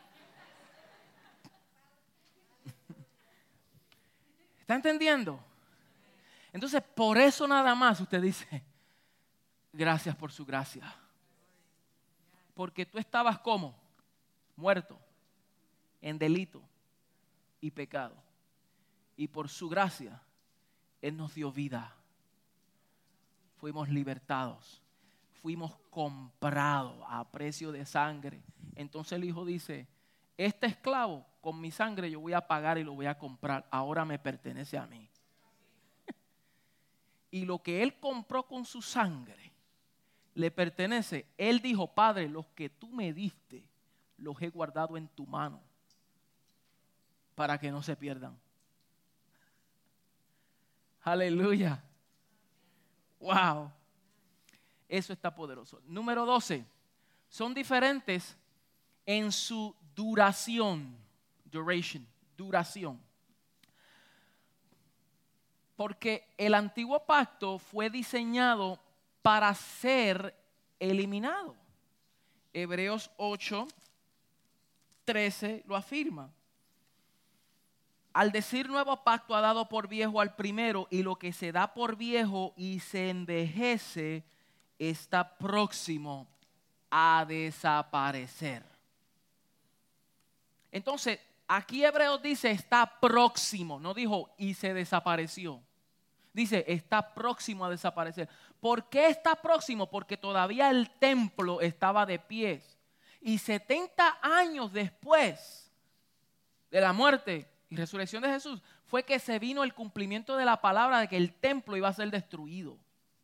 ¿Está entendiendo? Entonces, por eso nada más usted dice, gracias por su gracia. Porque tú estabas como muerto en delito y pecado. Y por su gracia, Él nos dio vida. Fuimos libertados. Fuimos comprados a precio de sangre. Entonces el Hijo dice, este esclavo con mi sangre yo voy a pagar y lo voy a comprar. Ahora me pertenece a mí. Y lo que Él compró con su sangre le pertenece. Él dijo, Padre, los que tú me diste, los he guardado en tu mano para que no se pierdan. Aleluya. Wow. Eso está poderoso. Número 12. Son diferentes en su duración. Duración. Porque el antiguo pacto fue diseñado para ser eliminado. Hebreos 8:13 lo afirma. Al decir nuevo pacto ha dado por viejo al primero, y lo que se da por viejo y se envejece está próximo a desaparecer. Entonces, aquí Hebreos dice está próximo, no dijo y se desapareció. Dice está próximo a desaparecer. ¿Por qué está próximo? Porque todavía el templo estaba de pie. Y 70 años después de la muerte y resurrección de Jesús, fue que se vino el cumplimiento de la palabra de que el templo iba a ser destruido.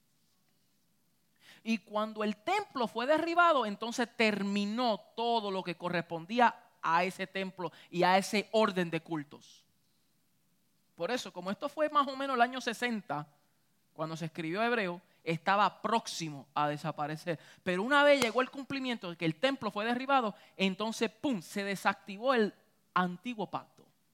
Y cuando el templo fue derribado, entonces terminó todo lo que correspondía a ese templo y a ese orden de cultos. Por eso, como esto fue más o menos el año 60, cuando se escribió Hebreo, estaba próximo a desaparecer. Pero una vez llegó el cumplimiento de que el templo fue derribado, entonces, ¡pum!, se desactivó el antiguo pacto.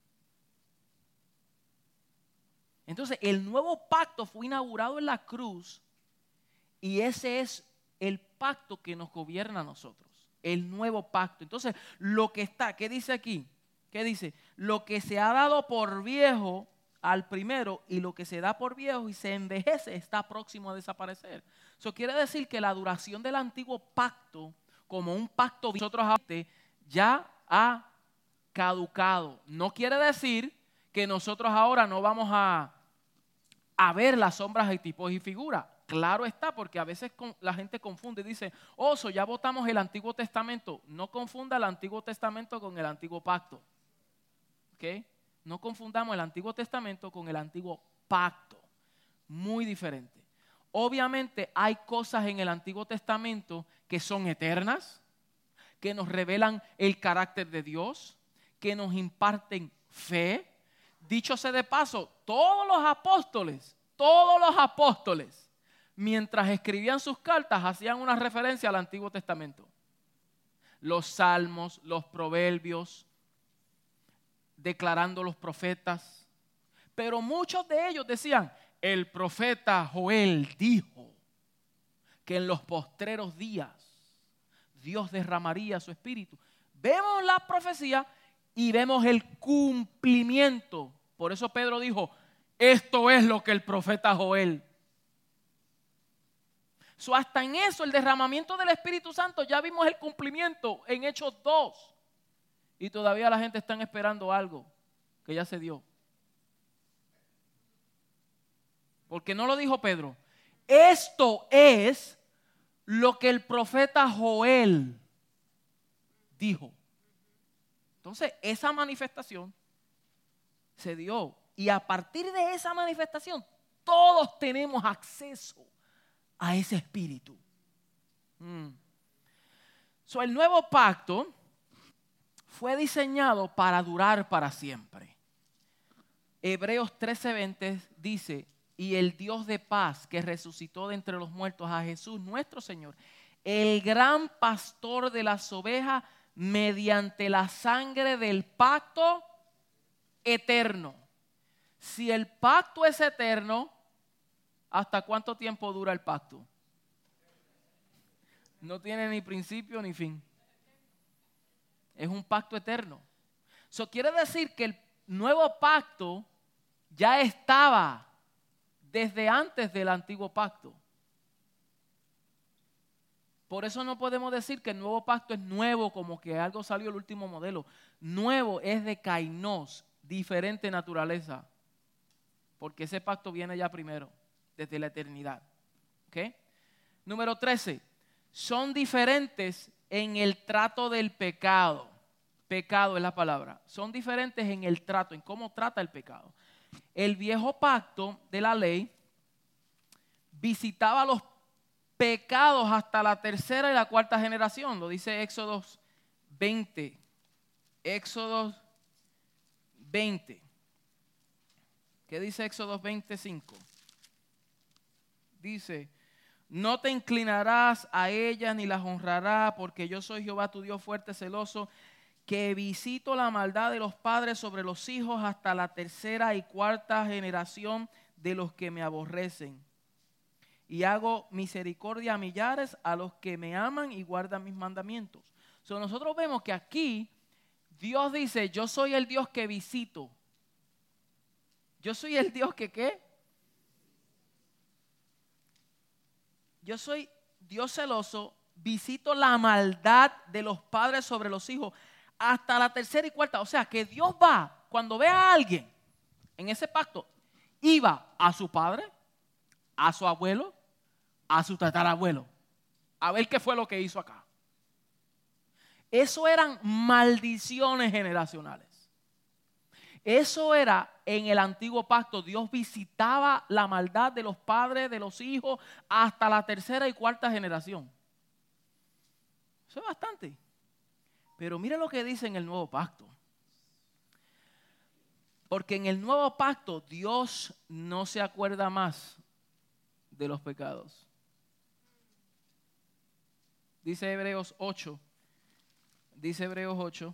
Entonces, el nuevo pacto fue inaugurado en la cruz y ese es el pacto que nos gobierna a nosotros. El nuevo pacto. Entonces, lo que está, ¿qué dice aquí? ¿Qué dice? Lo que se ha dado por viejo al primero y lo que se da por viejo y se envejece está próximo a desaparecer. Eso quiere decir que la duración del antiguo pacto, como un pacto nosotros ya ha caducado. No quiere decir que nosotros ahora no vamos a ver las sombras y tipos y figuras. Claro está, porque a veces la gente confunde y dice, ya votamos el Antiguo Testamento. No confunda el Antiguo Testamento con el Antiguo Pacto. ¿Okay? No confundamos el Antiguo Testamento con el Antiguo Pacto. Muy diferente. Obviamente hay cosas en el Antiguo Testamento que son eternas, que nos revelan el carácter de Dios, que nos imparten fe. Dicho sea de paso, todos los apóstoles, mientras escribían sus cartas, hacían una referencia al Antiguo Testamento. Los salmos, los proverbios, declarando los profetas. Pero muchos de ellos decían, el profeta Joel dijo que en los postreros días Dios derramaría su espíritu. Vemos la profecía y vemos el cumplimiento. Por eso Pedro dijo, esto es lo que el profeta Joel. So, hasta en eso, el derramamiento del Espíritu Santo, ya vimos el cumplimiento en Hechos 2. Y todavía la gente está esperando algo que ya se dio. Porque no lo dijo Pedro. Esto es lo que el profeta Joel dijo. Entonces, esa manifestación se dio. Y a partir de esa manifestación, todos tenemos acceso a ese espíritu. So, el nuevo pacto fue diseñado para durar para siempre. Hebreos 13:20 dice, y el Dios de paz que resucitó de entre los muertos a Jesús nuestro Señor, el gran pastor de las ovejas, mediante la sangre del pacto eterno. Si el pacto es eterno, ¿hasta cuánto tiempo dura el pacto? No tiene ni principio ni fin. Es un pacto eterno. Eso quiere decir que el nuevo pacto ya estaba desde antes del antiguo pacto. Por eso no podemos decir que el nuevo pacto es nuevo, como que algo salió el último modelo. Nuevo es de kainos, diferente naturaleza. Porque ese pacto viene ya primero, desde la eternidad. ¿Okay? Número 13. Son diferentes en el trato del pecado. Pecado es la palabra. Son diferentes en el trato, en cómo trata el pecado. El viejo pacto de la ley visitaba los pecados hasta la tercera y la cuarta generación. Lo dice Éxodo 20. Éxodo 20. ¿Qué dice Éxodo 25? Dice, no te inclinarás a ellas ni las honrarás, porque yo soy Jehová tu Dios fuerte, celoso, que visito la maldad de los padres sobre los hijos hasta la tercera y cuarta generación de los que me aborrecen. Y hago misericordia a millares a los que me aman y guardan mis mandamientos. So, nosotros vemos que aquí Dios dice, yo soy el Dios que visito. Yo soy el Dios que ¿qué? Yo soy Dios celoso, visito la maldad de los padres sobre los hijos hasta la tercera y cuarta. O sea, que Dios va, cuando ve a alguien en ese pacto, iba a su padre, a su abuelo, a su tatarabuelo, a ver qué fue lo que hizo acá. Eso eran maldiciones generacionales. Eso era en el antiguo pacto. Dios visitaba la maldad de los padres, de los hijos, hasta la tercera y cuarta generación. Eso es bastante. Pero mira lo que dice en el nuevo pacto. Porque en el nuevo pacto Dios no se acuerda más de los pecados. Dice Hebreos 8. Dice Hebreos 8.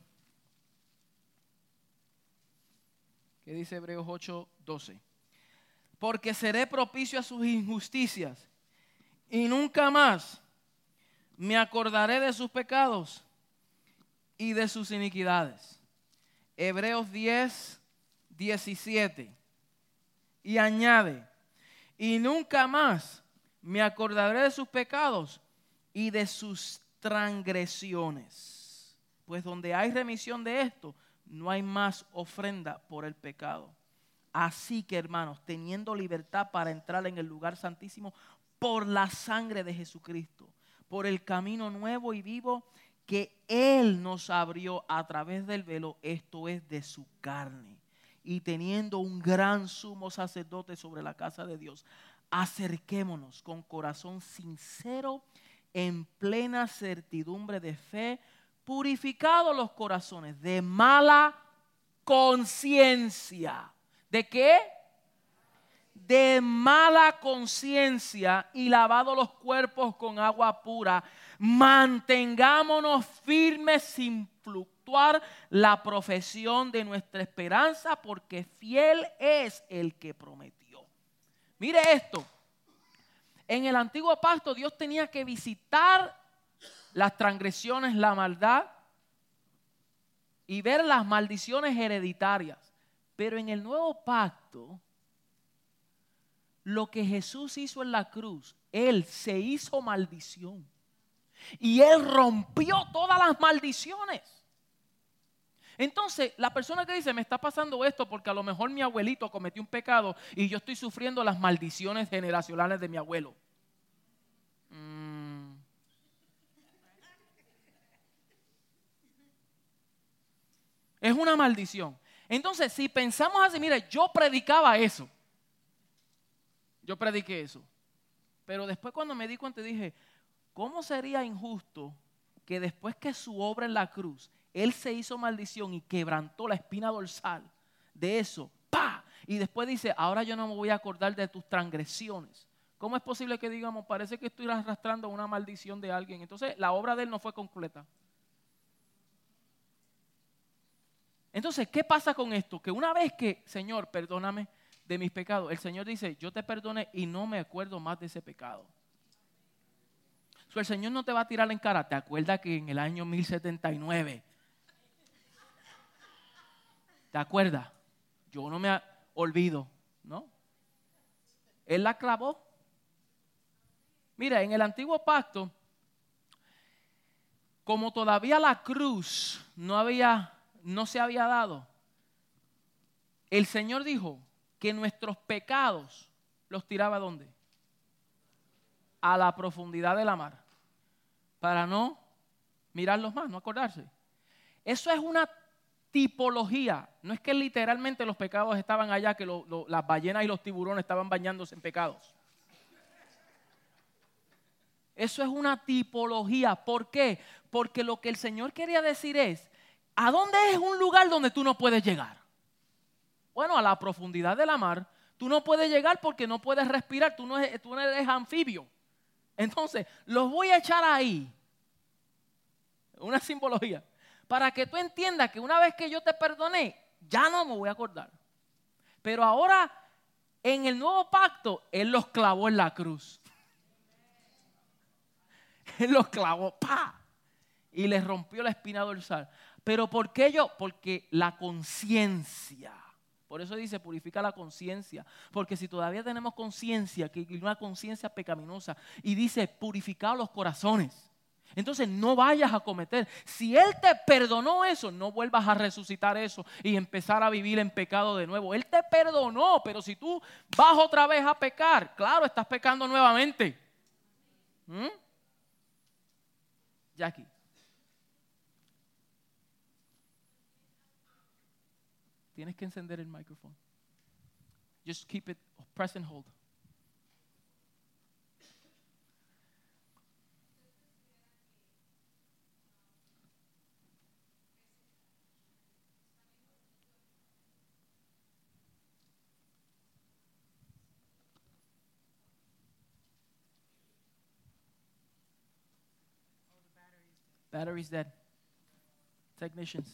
¿Qué dice Hebreos 8:12? Porque seré propicio a sus injusticias y nunca más me acordaré de sus pecados y de sus iniquidades. Hebreos 10:17. Y añade, y nunca más me acordaré de sus pecados y de sus transgresiones. Pues donde hay remisión de esto, no hay más ofrenda por el pecado. Así que, hermanos, teniendo libertad para entrar en el lugar santísimo por la sangre de Jesucristo, por el camino nuevo y vivo que Él nos abrió a través del velo, esto es de su carne. Y teniendo un gran sumo sacerdote sobre la casa de Dios, acerquémonos con corazón sincero, en plena certidumbre de fe, purificados los corazones de mala conciencia. ¿De qué? De mala conciencia y lavados los cuerpos con agua pura. Mantengámonos firmes sin fluctuar la profesión de nuestra esperanza, porque fiel es el que prometió. Mire esto. En el antiguo pacto Dios tenía que visitar las transgresiones, la maldad y ver las maldiciones hereditarias. Pero en el nuevo pacto lo que Jesús hizo en la cruz, Él se hizo maldición. Y Él rompió todas las maldiciones. Entonces, la persona que dice, me está pasando esto porque a lo mejor mi abuelito cometió un pecado y yo estoy sufriendo las maldiciones generacionales de mi abuelo. Es una maldición. Entonces, si pensamos así, mire, yo predicaba eso. Yo prediqué eso. Pero después cuando me di cuenta dije, ¿cómo sería injusto que después que su obra en la cruz, Él se hizo maldición y quebrantó la espina dorsal de eso? ¡Pah! Y después dice, ahora yo no me voy a acordar de tus transgresiones. ¿Cómo es posible que digamos, parece que estoy arrastrando una maldición de alguien? Entonces la obra de Él no fue completa. Entonces, ¿qué pasa con esto? Que una vez que, Señor, perdóname de mis pecados, el Señor dice, yo te perdoné y no me acuerdo más de ese pecado. El Señor no te va a tirar en cara. ¿Te acuerdas que en el año 1079? ¿Te acuerdas? Yo no me olvido, ¿no? Él la clavó. Mira, en el antiguo pacto, como todavía la cruz no se había dado, el Señor dijo que nuestros pecados los tiraba ¿a dónde? A la profundidad de la mar, para no mirarlos más, no acordarse. Eso es una tipología, no es que literalmente los pecados estaban allá, que las ballenas y los tiburones estaban bañándose en pecados. Eso es una tipología. ¿Por qué? Porque lo que el Señor quería decir es, ¿a dónde es un lugar donde tú no puedes llegar? Bueno, a la profundidad de la mar. Tú no puedes llegar porque no puedes respirar, tú no eres anfibio. Entonces, los voy a echar ahí. Una simbología. Para que tú entiendas que una vez que yo te perdoné, ya no me voy a acordar. Pero ahora, en el nuevo pacto, Él los clavó en la cruz. Él los clavó, ¡pa! Y les rompió la espina dorsal. ¿Pero por qué yo? Porque la conciencia. Por eso dice, purifica la conciencia. Porque si todavía tenemos conciencia, que una conciencia pecaminosa, y dice, purificar los corazones. Entonces no vayas a cometer. Si Él te perdonó eso, no vuelvas a resucitar eso y empezar a vivir en pecado de nuevo. Él te perdonó, pero si tú vas otra vez a pecar, claro, estás pecando nuevamente. Jackie. Tienes que encender el micrófono. Just keep it, press and hold. Battery's dead. Technicians.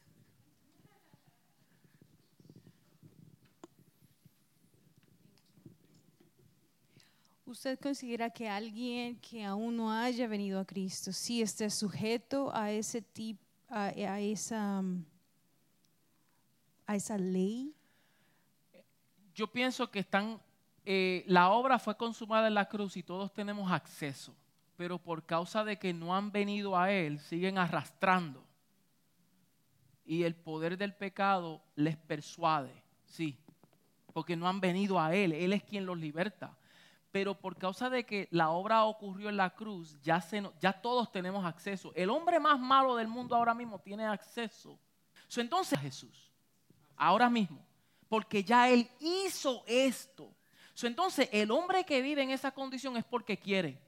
¿Usted considera que alguien que aún no haya venido a Cristo sí esté sujeto a ese tipo, a esa ley? Yo pienso que la obra fue consumada en la cruz y todos tenemos acceso, pero por causa de que no han venido a Él, siguen arrastrando. Y el poder del pecado les persuade, sí, porque no han venido a Él, Él es quien los liberta. Pero por causa de que la obra ocurrió en la cruz, ya todos tenemos acceso. El hombre más malo del mundo ahora mismo tiene acceso. Entonces Jesús, ahora mismo, porque ya Él hizo esto. Entonces el hombre que vive en esa condición es porque quiere.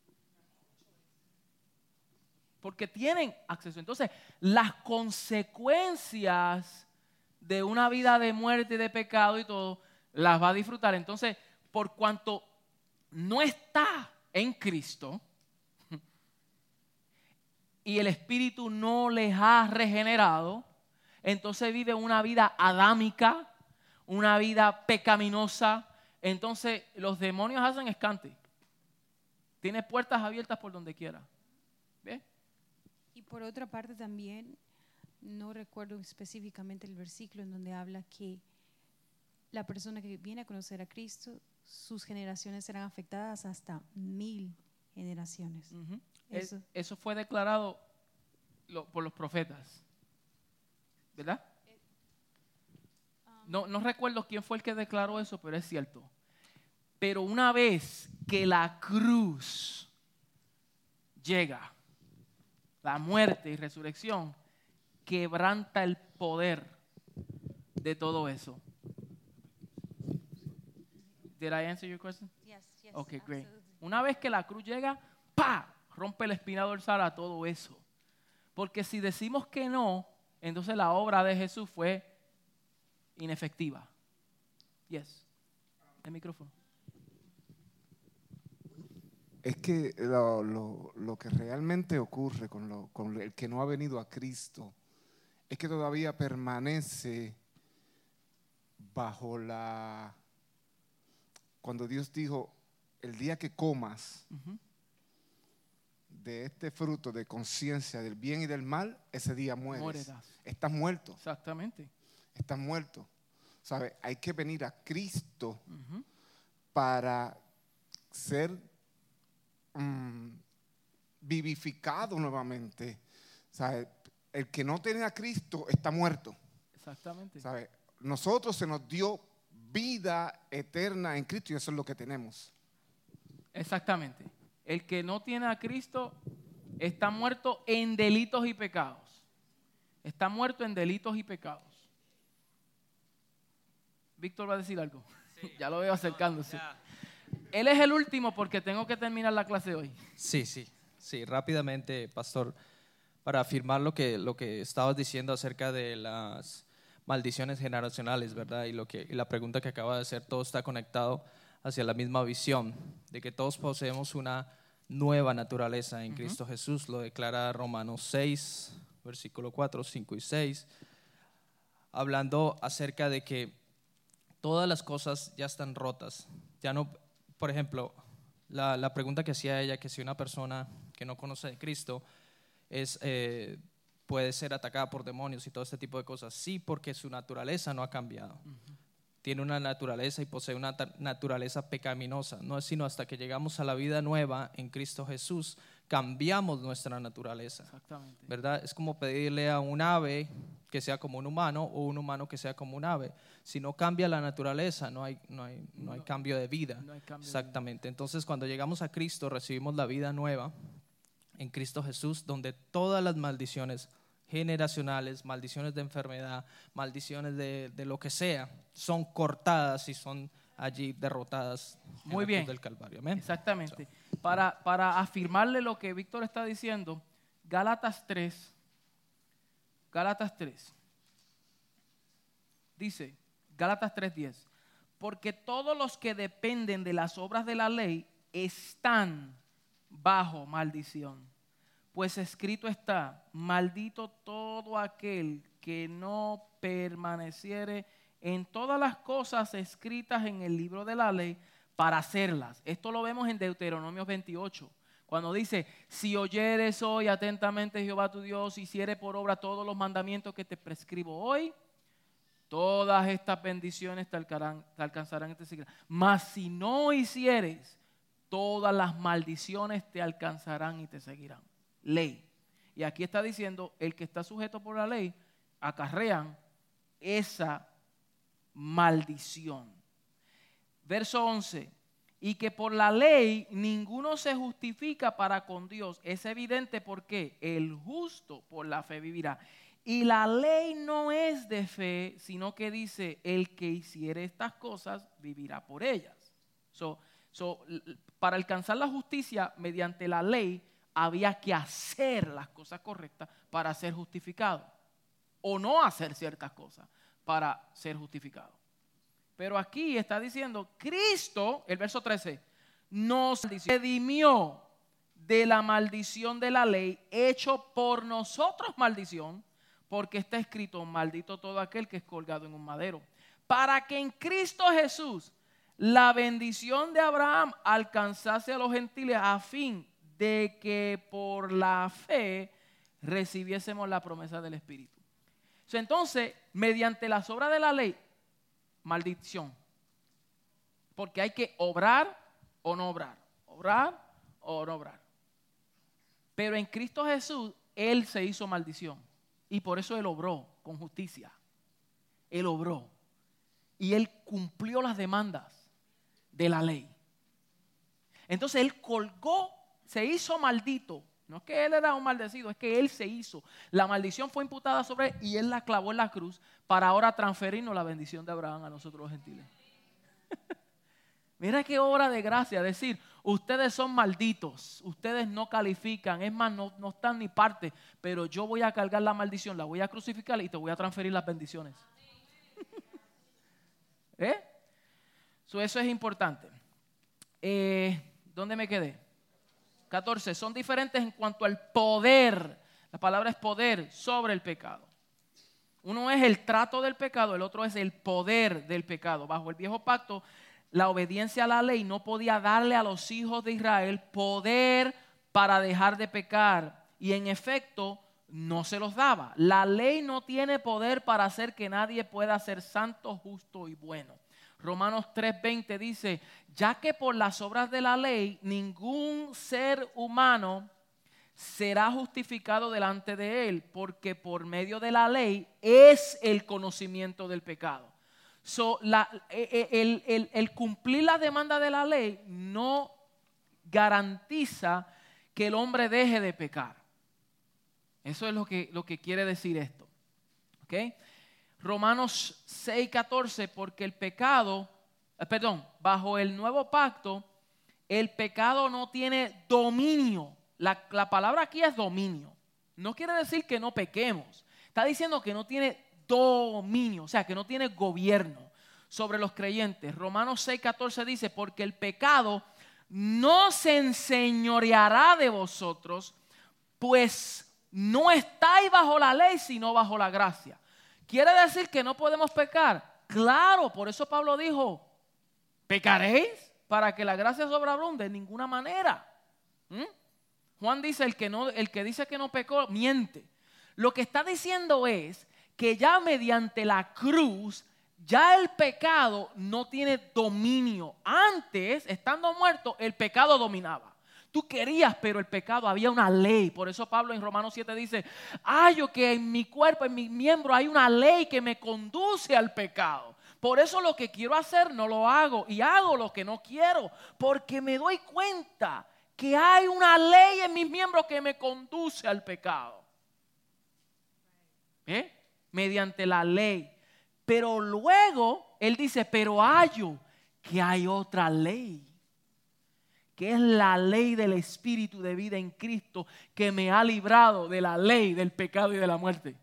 Porque tienen acceso. Entonces las consecuencias de una vida de muerte, de pecado y todo, las va a disfrutar. Entonces, por cuanto no está en Cristo y el Espíritu no les ha regenerado, entonces vive una vida adámica, una vida pecaminosa. Entonces los demonios hacen escante. Tiene puertas abiertas por donde quiera. ¿Ves? Y por otra parte también, no recuerdo específicamente el versículo en donde habla que la persona que viene a conocer a Cristo, sus generaciones serán afectadas hasta 1000 generaciones. Ujú. Eso. Eso fue declarado por los profetas, ¿verdad? No recuerdo quién fue el que declaró eso, pero es cierto. Pero una vez que la cruz llega, la muerte y resurrección, quebranta el poder de todo eso. Did I answer your question? Yes, yes, Okay, great. absolutely. Una vez que la cruz llega, ¡pa! Rompe la espina dorsal a todo eso. Porque si decimos que no, entonces la obra de Jesús fue inefectiva. Yes. El micrófono. Es que lo que realmente ocurre con el que no ha venido a Cristo es que todavía permanece bajo cuando Dios dijo, el día que comas Ujú. de este fruto de conciencia del bien y del mal, ese día mueres. Morirás. Estás muerto, Exactamente. estás muerto. ¿Sabe? Hay que venir a Cristo Ujú. para ser vivificado nuevamente. ¿Sabe? El que no tiene a Cristo está muerto. Exactamente. ¿Sabe? Nosotros se nos dio vida eterna en Cristo y eso es lo que tenemos. Exactamente. El que no tiene a Cristo está muerto en delitos y pecados. Está muerto en delitos y pecados. Víctor va a decir algo. Sí, Ya lo veo acercándose. ya. Él es el último porque tengo que terminar la clase hoy. Sí, rápidamente, pastor, para afirmar lo que estabas diciendo acerca de las maldiciones generacionales, ¿verdad? Y la pregunta que acaba de hacer, todo está conectado hacia la misma visión de que todos poseemos una nueva naturaleza en Cristo Jesús. Lo declara Romanos 6, versículo 4, 5 y 6, hablando acerca de que todas las cosas ya están rotas. Ya no, por ejemplo, la pregunta que hacía ella, que si una persona que no conoce de Cristo puede ser atacada por demonios y todo este tipo de cosas. Sí, porque su naturaleza no ha cambiado. Tiene una naturaleza y posee una naturaleza pecaminosa. No es sino hasta que llegamos a la vida nueva en Cristo Jesús, cambiamos nuestra naturaleza. Exactamente. ¿Verdad? Es como pedirle a un ave que sea como un humano o un humano que sea como un ave. Si no cambia la naturaleza, no hay cambio de vida. No hay cambio de Exactamente. Entonces, cuando llegamos a Cristo, recibimos la vida nueva en Cristo Jesús, donde todas las maldiciones generacionales, maldiciones de enfermedad, maldiciones de lo que sea, son cortadas y son allí derrotadas en Muy la bien. cruz del Calvario. Amén. Exactamente. Para afirmarle lo que Víctor está diciendo, Gálatas 3 dice, Gálatas 3:10, porque todos los que dependen de las obras de la ley están bajo maldición. Pues escrito está, maldito todo aquel que no permaneciere en todas las cosas escritas en el libro de la ley para hacerlas. Esto lo vemos en Deuteronomio 28, cuando dice, si oyeres hoy atentamente Jehová tu Dios, hiciere por obra todos los mandamientos que te prescribo hoy, todas estas bendiciones te alcanzarán y te seguirán. Mas si no hicieres, todas las maldiciones te alcanzarán y te seguirán. Ley. Y aquí está diciendo, el que está sujeto por la ley, acarrean esa maldición. Verso 11, y que por la ley ninguno se justifica para con Dios. Es evidente porque el justo por la fe vivirá. Y la ley no es de fe, sino que dice, el que hiciere estas cosas vivirá por ellas. Para alcanzar la justicia mediante la ley, había que hacer las cosas correctas para ser justificado. O no hacer ciertas cosas para ser justificado. Pero aquí está diciendo, Cristo, el verso 13, nos redimió de la maldición de la ley, hecho por nosotros maldición, porque está escrito, maldito todo aquel que es colgado en un madero. Para que en Cristo Jesús la bendición de Abraham alcanzase a los gentiles a fin de que por la fe recibiésemos la promesa del Espíritu. Entonces, mediante las obras de la ley, maldición. Porque hay que obrar o no obrar. Obrar o no obrar. Pero en Cristo Jesús, Él se hizo maldición. Y por eso Él obró con justicia. Él obró. Y Él cumplió las demandas de la ley. Entonces Él colgó, se hizo maldito. No es que Él era un maldecido, es que Él se hizo. La maldición fue imputada sobre Él y Él la clavó en la cruz para ahora transferirnos la bendición de Abraham a nosotros los gentiles. Mira qué obra de gracia, decir, ustedes son malditos, ustedes no califican, es más, no están ni parte, pero yo voy a cargar la maldición, la voy a crucificar y te voy a transferir las bendiciones. Eso es importante. ¿Dónde me quedé? 14. Son diferentes en cuanto al poder. La palabra es poder sobre el pecado. Uno es el trato del pecado, el otro es el poder del pecado. Bajo el viejo pacto, la obediencia a la ley no podía darle a los hijos de Israel poder para dejar de pecar. Y en efecto, no se los daba. La ley no tiene poder para hacer que nadie pueda ser santo, justo y bueno. Romanos 3:20 dice, ya que por las obras de la ley ningún ser humano será justificado delante de él, porque por medio de la ley es el conocimiento del pecado. El cumplir la demanda de la ley no garantiza que el hombre deje de pecar. Eso es lo que quiere decir esto. ¿Okay? Romanos 6:14, porque el pecado, bajo el nuevo pacto, el pecado no tiene dominio. La palabra aquí es dominio. No quiere decir que no pequemos. Está diciendo que no tiene dominio, o sea, que no tiene gobierno sobre los creyentes. Romanos 6:14 dice, porque el pecado no se enseñoreará de vosotros, pues no estáis bajo la ley, sino bajo la gracia. ¿Quiere decir que no podemos pecar? Claro, por eso Pablo dijo, ¿pecaréis para que la gracia sobreabunde? De ninguna manera. Juan dice, el que dice que no pecó, miente. Lo que está diciendo es que ya mediante la cruz, ya el pecado no tiene dominio. Antes, estando muerto, el pecado dominaba. Tú querías, pero el pecado, había una ley. Por eso Pablo en Romanos 7 dice, hallo que en mi cuerpo, en mi miembro hay una ley que me conduce al pecado. Por eso lo que quiero hacer no lo hago y hago lo que no quiero, porque me doy cuenta que hay una ley en mis miembros que me conduce al pecado. Mediante la ley. Pero luego él dice, pero hallo que hay otra ley, que es la ley del Espíritu de vida en Cristo, que me ha librado de la ley del pecado y de la muerte.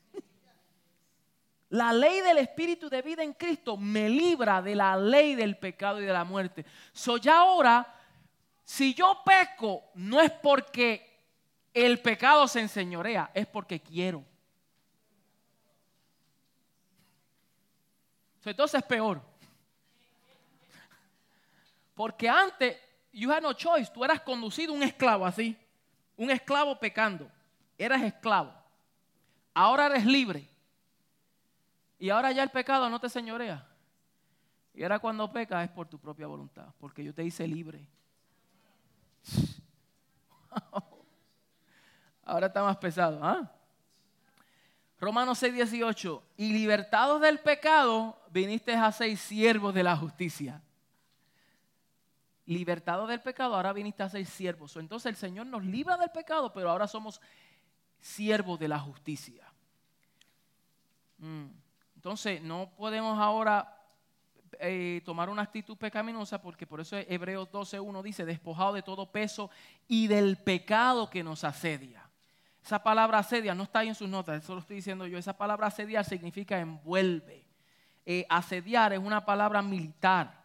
La ley del Espíritu de vida en Cristo me libra de la ley del pecado y de la muerte. Ya ahora, si yo peco, no es porque el pecado se enseñorea, es porque quiero. Entonces es peor. Porque antes, you had no choice. Tú eras conducido un esclavo así. Un esclavo pecando. Eras esclavo. Ahora eres libre. Y ahora ya el pecado no te señorea. Y ahora cuando pecas es por tu propia voluntad. Porque yo te hice libre. Ahora está más pesado. Romanos 6:18. Y libertados del pecado, viniste a ser siervos de la justicia. Libertados del pecado, ahora viniste a ser siervos. Entonces el Señor nos libra del pecado, pero ahora somos siervos de la justicia. Entonces no podemos ahora tomar una actitud pecaminosa, porque por eso Hebreos 12:1 dice, despojado de todo peso y del pecado que nos asedia. Esa palabra asedia no está ahí en sus notas, eso lo estoy diciendo yo. Esa palabra asediar significa envuelve. Asediar es una palabra militar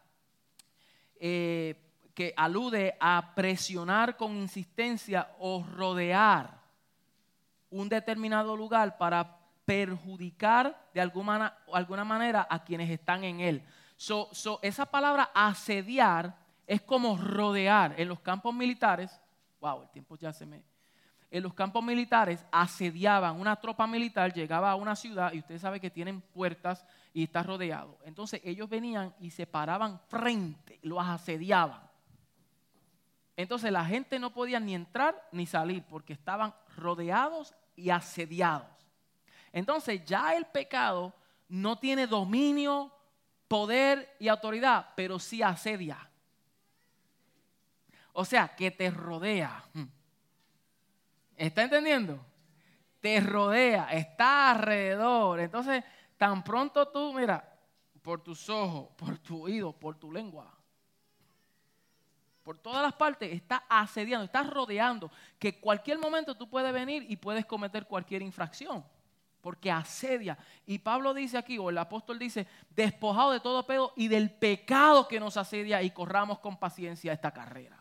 que alude a presionar con insistencia o rodear un determinado lugar para perjudicar de alguna manera a quienes están en él. Esa palabra asediar es como rodear. En los campos militares, el tiempo ya se me... En los campos militares asediaban, una tropa militar llegaba a una ciudad y usted sabe que tienen puertas y está rodeado. Entonces ellos venían y se paraban frente, los asediaban. Entonces la gente no podía ni entrar ni salir porque estaban rodeados y asediados. Entonces ya el pecado no tiene dominio, poder y autoridad, pero sí asedia. O sea, que te rodea. ¿Está entendiendo? Te rodea, está alrededor. Entonces, tan pronto tú, mira, por tus ojos, por tu oído, por tu lengua, por todas las partes, está asediando, está rodeando, que cualquier momento tú puedes venir y puedes cometer cualquier infracción, porque asedia. Y Pablo dice aquí, o el apóstol dice, despojado de todo pecado y del pecado que nos asedia, y corramos con paciencia esta carrera.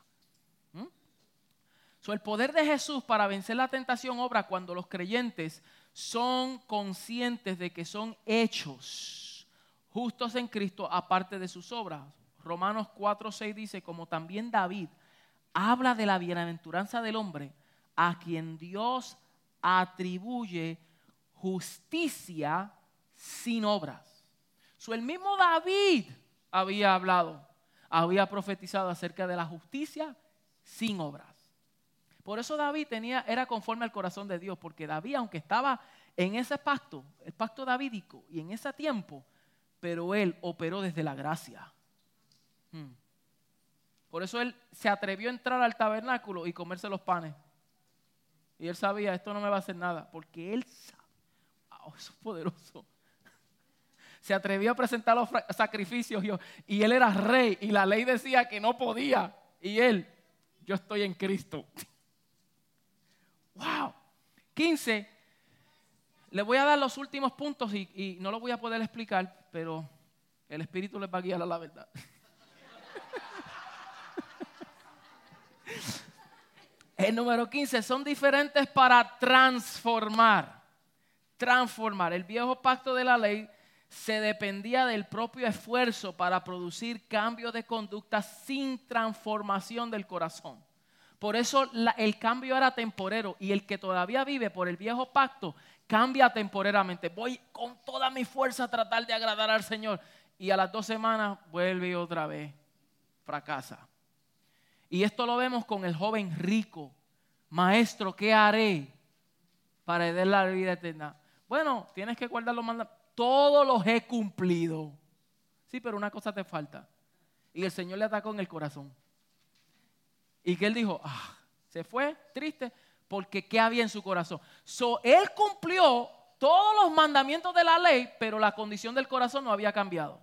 El poder de Jesús para vencer la tentación obra cuando los creyentes son conscientes de que son hechos justos en Cristo aparte de sus obras. Romanos 4:6 dice, como también David habla de la bienaventuranza del hombre a quien Dios atribuye justicia sin obras. El mismo David había hablado, había profetizado acerca de la justicia sin obras. Por eso David era conforme al corazón de Dios, porque David, aunque estaba en ese pacto, el pacto davídico, y en ese tiempo, pero él operó desde la gracia. Por eso él se atrevió a entrar al tabernáculo y comerse los panes. Y él sabía, esto no me va a hacer nada, porque él sabe, wow, eso es poderoso. Se atrevió a presentar los sacrificios y él era rey y la ley decía que no podía. Y él, yo estoy en Cristo. Wow. 15. Le voy a dar los últimos puntos y no lo voy a poder explicar, pero el Espíritu les va a guiar a la verdad. El número 15. Son diferentes para transformar. Transformar. El viejo pacto de la ley se dependía del propio esfuerzo para producir cambios de conducta sin transformación del corazón. Por eso el cambio era temporero y el que todavía vive por el viejo pacto cambia temporeramente. Voy con toda mi fuerza a tratar de agradar al Señor y a las 2 semanas vuelve otra vez, fracasa. Y esto lo vemos con el joven rico. Maestro, ¿qué haré para heredar la vida eterna? Bueno, tienes que guardar los mandamientos. Todos los he cumplido. Sí, pero una cosa te falta. Y el Señor le atacó en el corazón. Y que él dijo, se fue triste porque ¿qué había en su corazón? Él cumplió todos los mandamientos de la ley, pero la condición del corazón no había cambiado.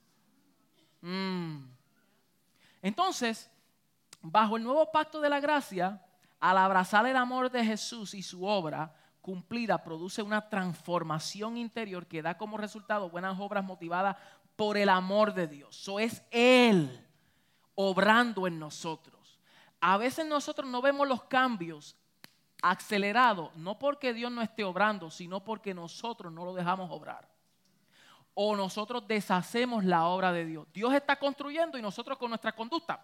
Entonces, bajo el nuevo pacto de la gracia, al abrazar el amor de Jesús y su obra cumplida, produce una transformación interior que da como resultado buenas obras motivadas por el amor de Dios. Eso es Él obrando en nosotros. A veces nosotros no vemos los cambios acelerados, no porque Dios no esté obrando, sino porque nosotros no lo dejamos obrar. O nosotros deshacemos la obra de Dios. Dios está construyendo y nosotros con nuestra conducta.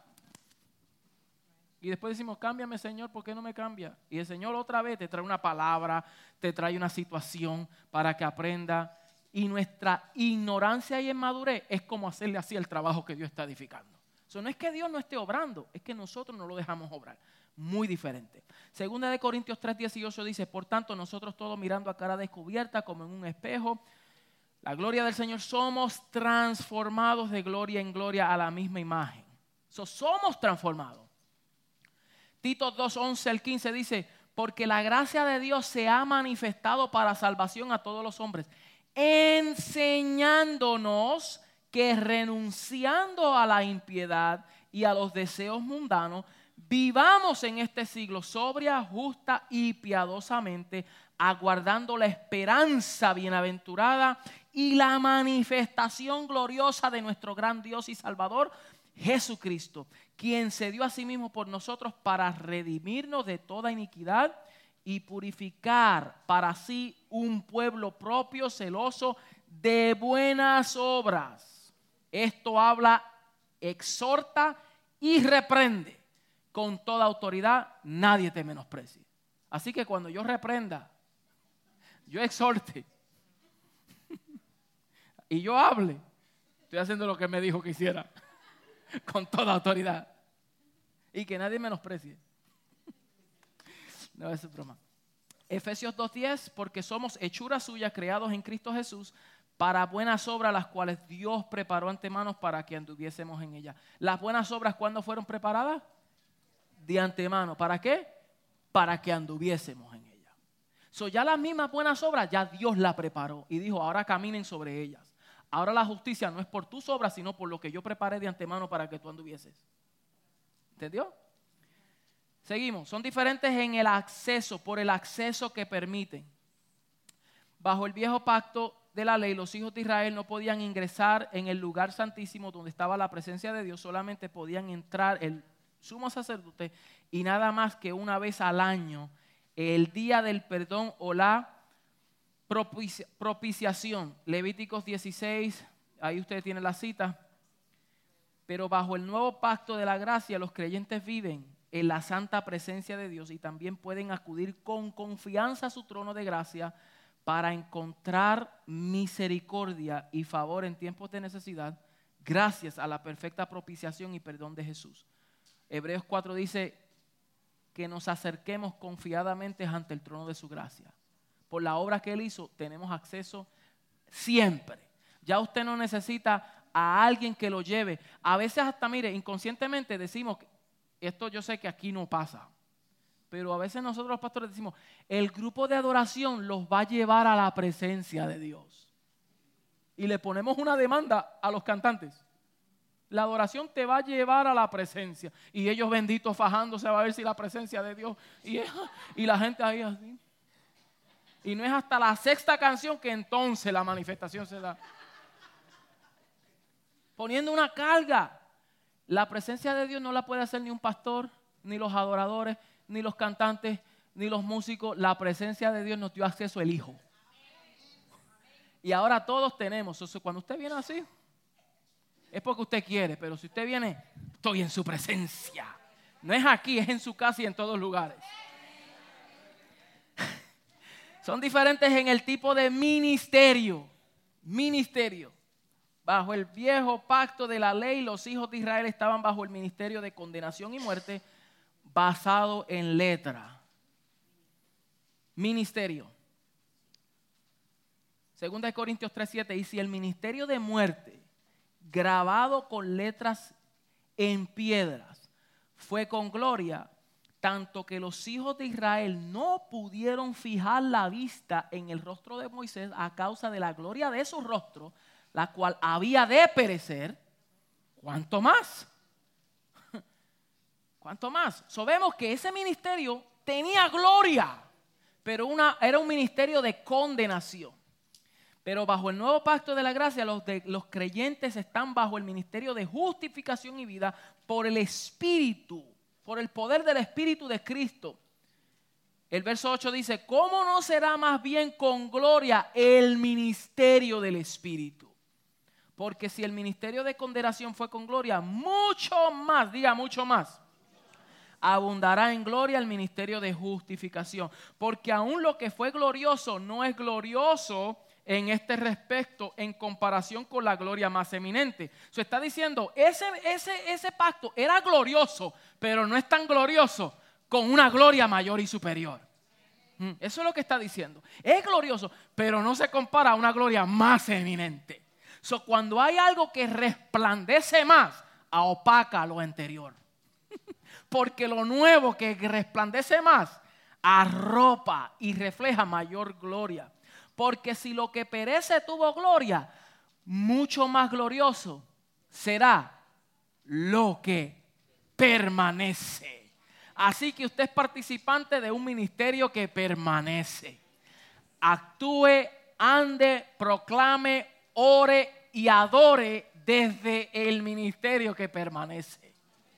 Y después decimos, cámbiame, Señor, ¿por qué no me cambia? Y el Señor otra vez te trae una palabra, te trae una situación para que aprenda. Y nuestra ignorancia y inmadurez es como hacerle así el trabajo que Dios está edificando. No es que Dios no esté obrando, es que nosotros no lo dejamos obrar. Muy diferente. Segunda de Corintios 3:18 dice, por tanto nosotros todos mirando a cara descubierta como en un espejo, la gloria del Señor, somos transformados de gloria en gloria a la misma imagen. Somos transformados. Tito 2:11 al 15 dice, porque la gracia de Dios se ha manifestado para salvación a todos los hombres, enseñándonos que renunciando a la impiedad y a los deseos mundanos, vivamos en este siglo sobria, justa y piadosamente, aguardando la esperanza bienaventurada y la manifestación gloriosa de nuestro gran Dios y Salvador, Jesucristo, quien se dio a sí mismo por nosotros para redimirnos de toda iniquidad y purificar para sí un pueblo propio, celoso de buenas obras. Esto habla, exhorta y reprende con toda autoridad, nadie te menosprecie. Así que cuando yo reprenda, yo exhorte y yo hable, estoy haciendo lo que me dijo que hiciera, con toda autoridad. Y que nadie menosprecie. No, eso es broma. Efesios 2:10, porque somos hechura suya, creados en Cristo Jesús, para buenas obras, las cuales Dios preparó antemano para que anduviésemos en ellas. Las buenas obras, ¿cuándo fueron preparadas? De antemano. ¿Para qué? Para que anduviésemos en ellas. Ya las mismas buenas obras, ya Dios las preparó y dijo, ahora caminen sobre ellas. Ahora la justicia no es por tus obras, sino por lo que yo preparé de antemano para que tú anduvieses. ¿Entendió? Seguimos. Son diferentes en el acceso, por el acceso que permiten. Bajo el viejo pacto de la ley, los hijos de Israel no podían ingresar en el lugar santísimo donde estaba la presencia de Dios, solamente podían entrar el sumo sacerdote y nada más que una vez al año, el día del perdón o la propiciación. Levíticos 16, ahí ustedes tienen la cita. Pero bajo el nuevo pacto de la gracia, los creyentes viven en la santa presencia de Dios y también pueden acudir con confianza a su trono de gracia para encontrar misericordia y favor en tiempos de necesidad, gracias a la perfecta propiciación y perdón de Jesús. Hebreos 4 dice que nos acerquemos confiadamente ante el trono de su gracia. Por la obra que Él hizo, tenemos acceso siempre. Ya usted no necesita a alguien que lo lleve. A veces hasta, mire, inconscientemente decimos, esto yo sé que aquí no pasa, pero a veces nosotros los pastores decimos, el grupo de adoración los va a llevar a la presencia de Dios. Y le ponemos una demanda a los cantantes. La adoración te va a llevar a la presencia. Y ellos benditos fajándose a ver si la presencia de Dios. Y la gente ahí así. Y no es hasta la sexta canción que entonces la manifestación se da. Poniendo una carga. La presencia de Dios no la puede hacer ni un pastor, ni los adoradores, ni los cantantes, ni los músicos. La presencia de Dios nos dio acceso el Hijo. Y ahora todos tenemos. O sea, cuando usted viene así, es porque usted quiere. Pero si usted viene, estoy en su presencia. No es aquí, es en su casa y en todos lugares. Son diferentes en el tipo de ministerio. Ministerio. Bajo el viejo pacto de la ley, los hijos de Israel estaban bajo el ministerio de condenación y muerte basado en letra. Ministerio. 2 Corintios 3:7, y si el ministerio de muerte, grabado con letras en piedras, fue con gloria, tanto que los hijos de Israel no pudieron fijar la vista en el rostro de Moisés a causa de la gloria de su rostro, la cual había de perecer, ¿cuánto más? ¿Cuánto más? Vemos que ese ministerio tenía gloria, pero era un ministerio de condenación. Pero bajo el nuevo pacto de la gracia, los creyentes están bajo el ministerio de justificación y vida por el Espíritu, por el poder del Espíritu de Cristo. El verso 8 dice, ¿cómo no será más bien con gloria el ministerio del Espíritu? Porque si el ministerio de condenación fue con gloria, mucho más, diga mucho más, abundará en gloria el ministerio de justificación. Porque aún lo que fue glorioso no es glorioso en este respecto en comparación con la gloria más eminente. Se está diciendo, ese pacto era glorioso, pero no es tan glorioso con una gloria mayor y superior. Eso es lo que está diciendo. Es glorioso, pero no se compara a una gloria más eminente. Cuando hay algo que resplandece más, opaca lo anterior. Porque lo nuevo que resplandece más, arropa y refleja mayor gloria. Porque si lo que perece tuvo gloria, mucho más glorioso será lo que permanece. Así que usted es participante de un ministerio que permanece. Actúe, ande, proclame, ore y adore desde el ministerio que permanece.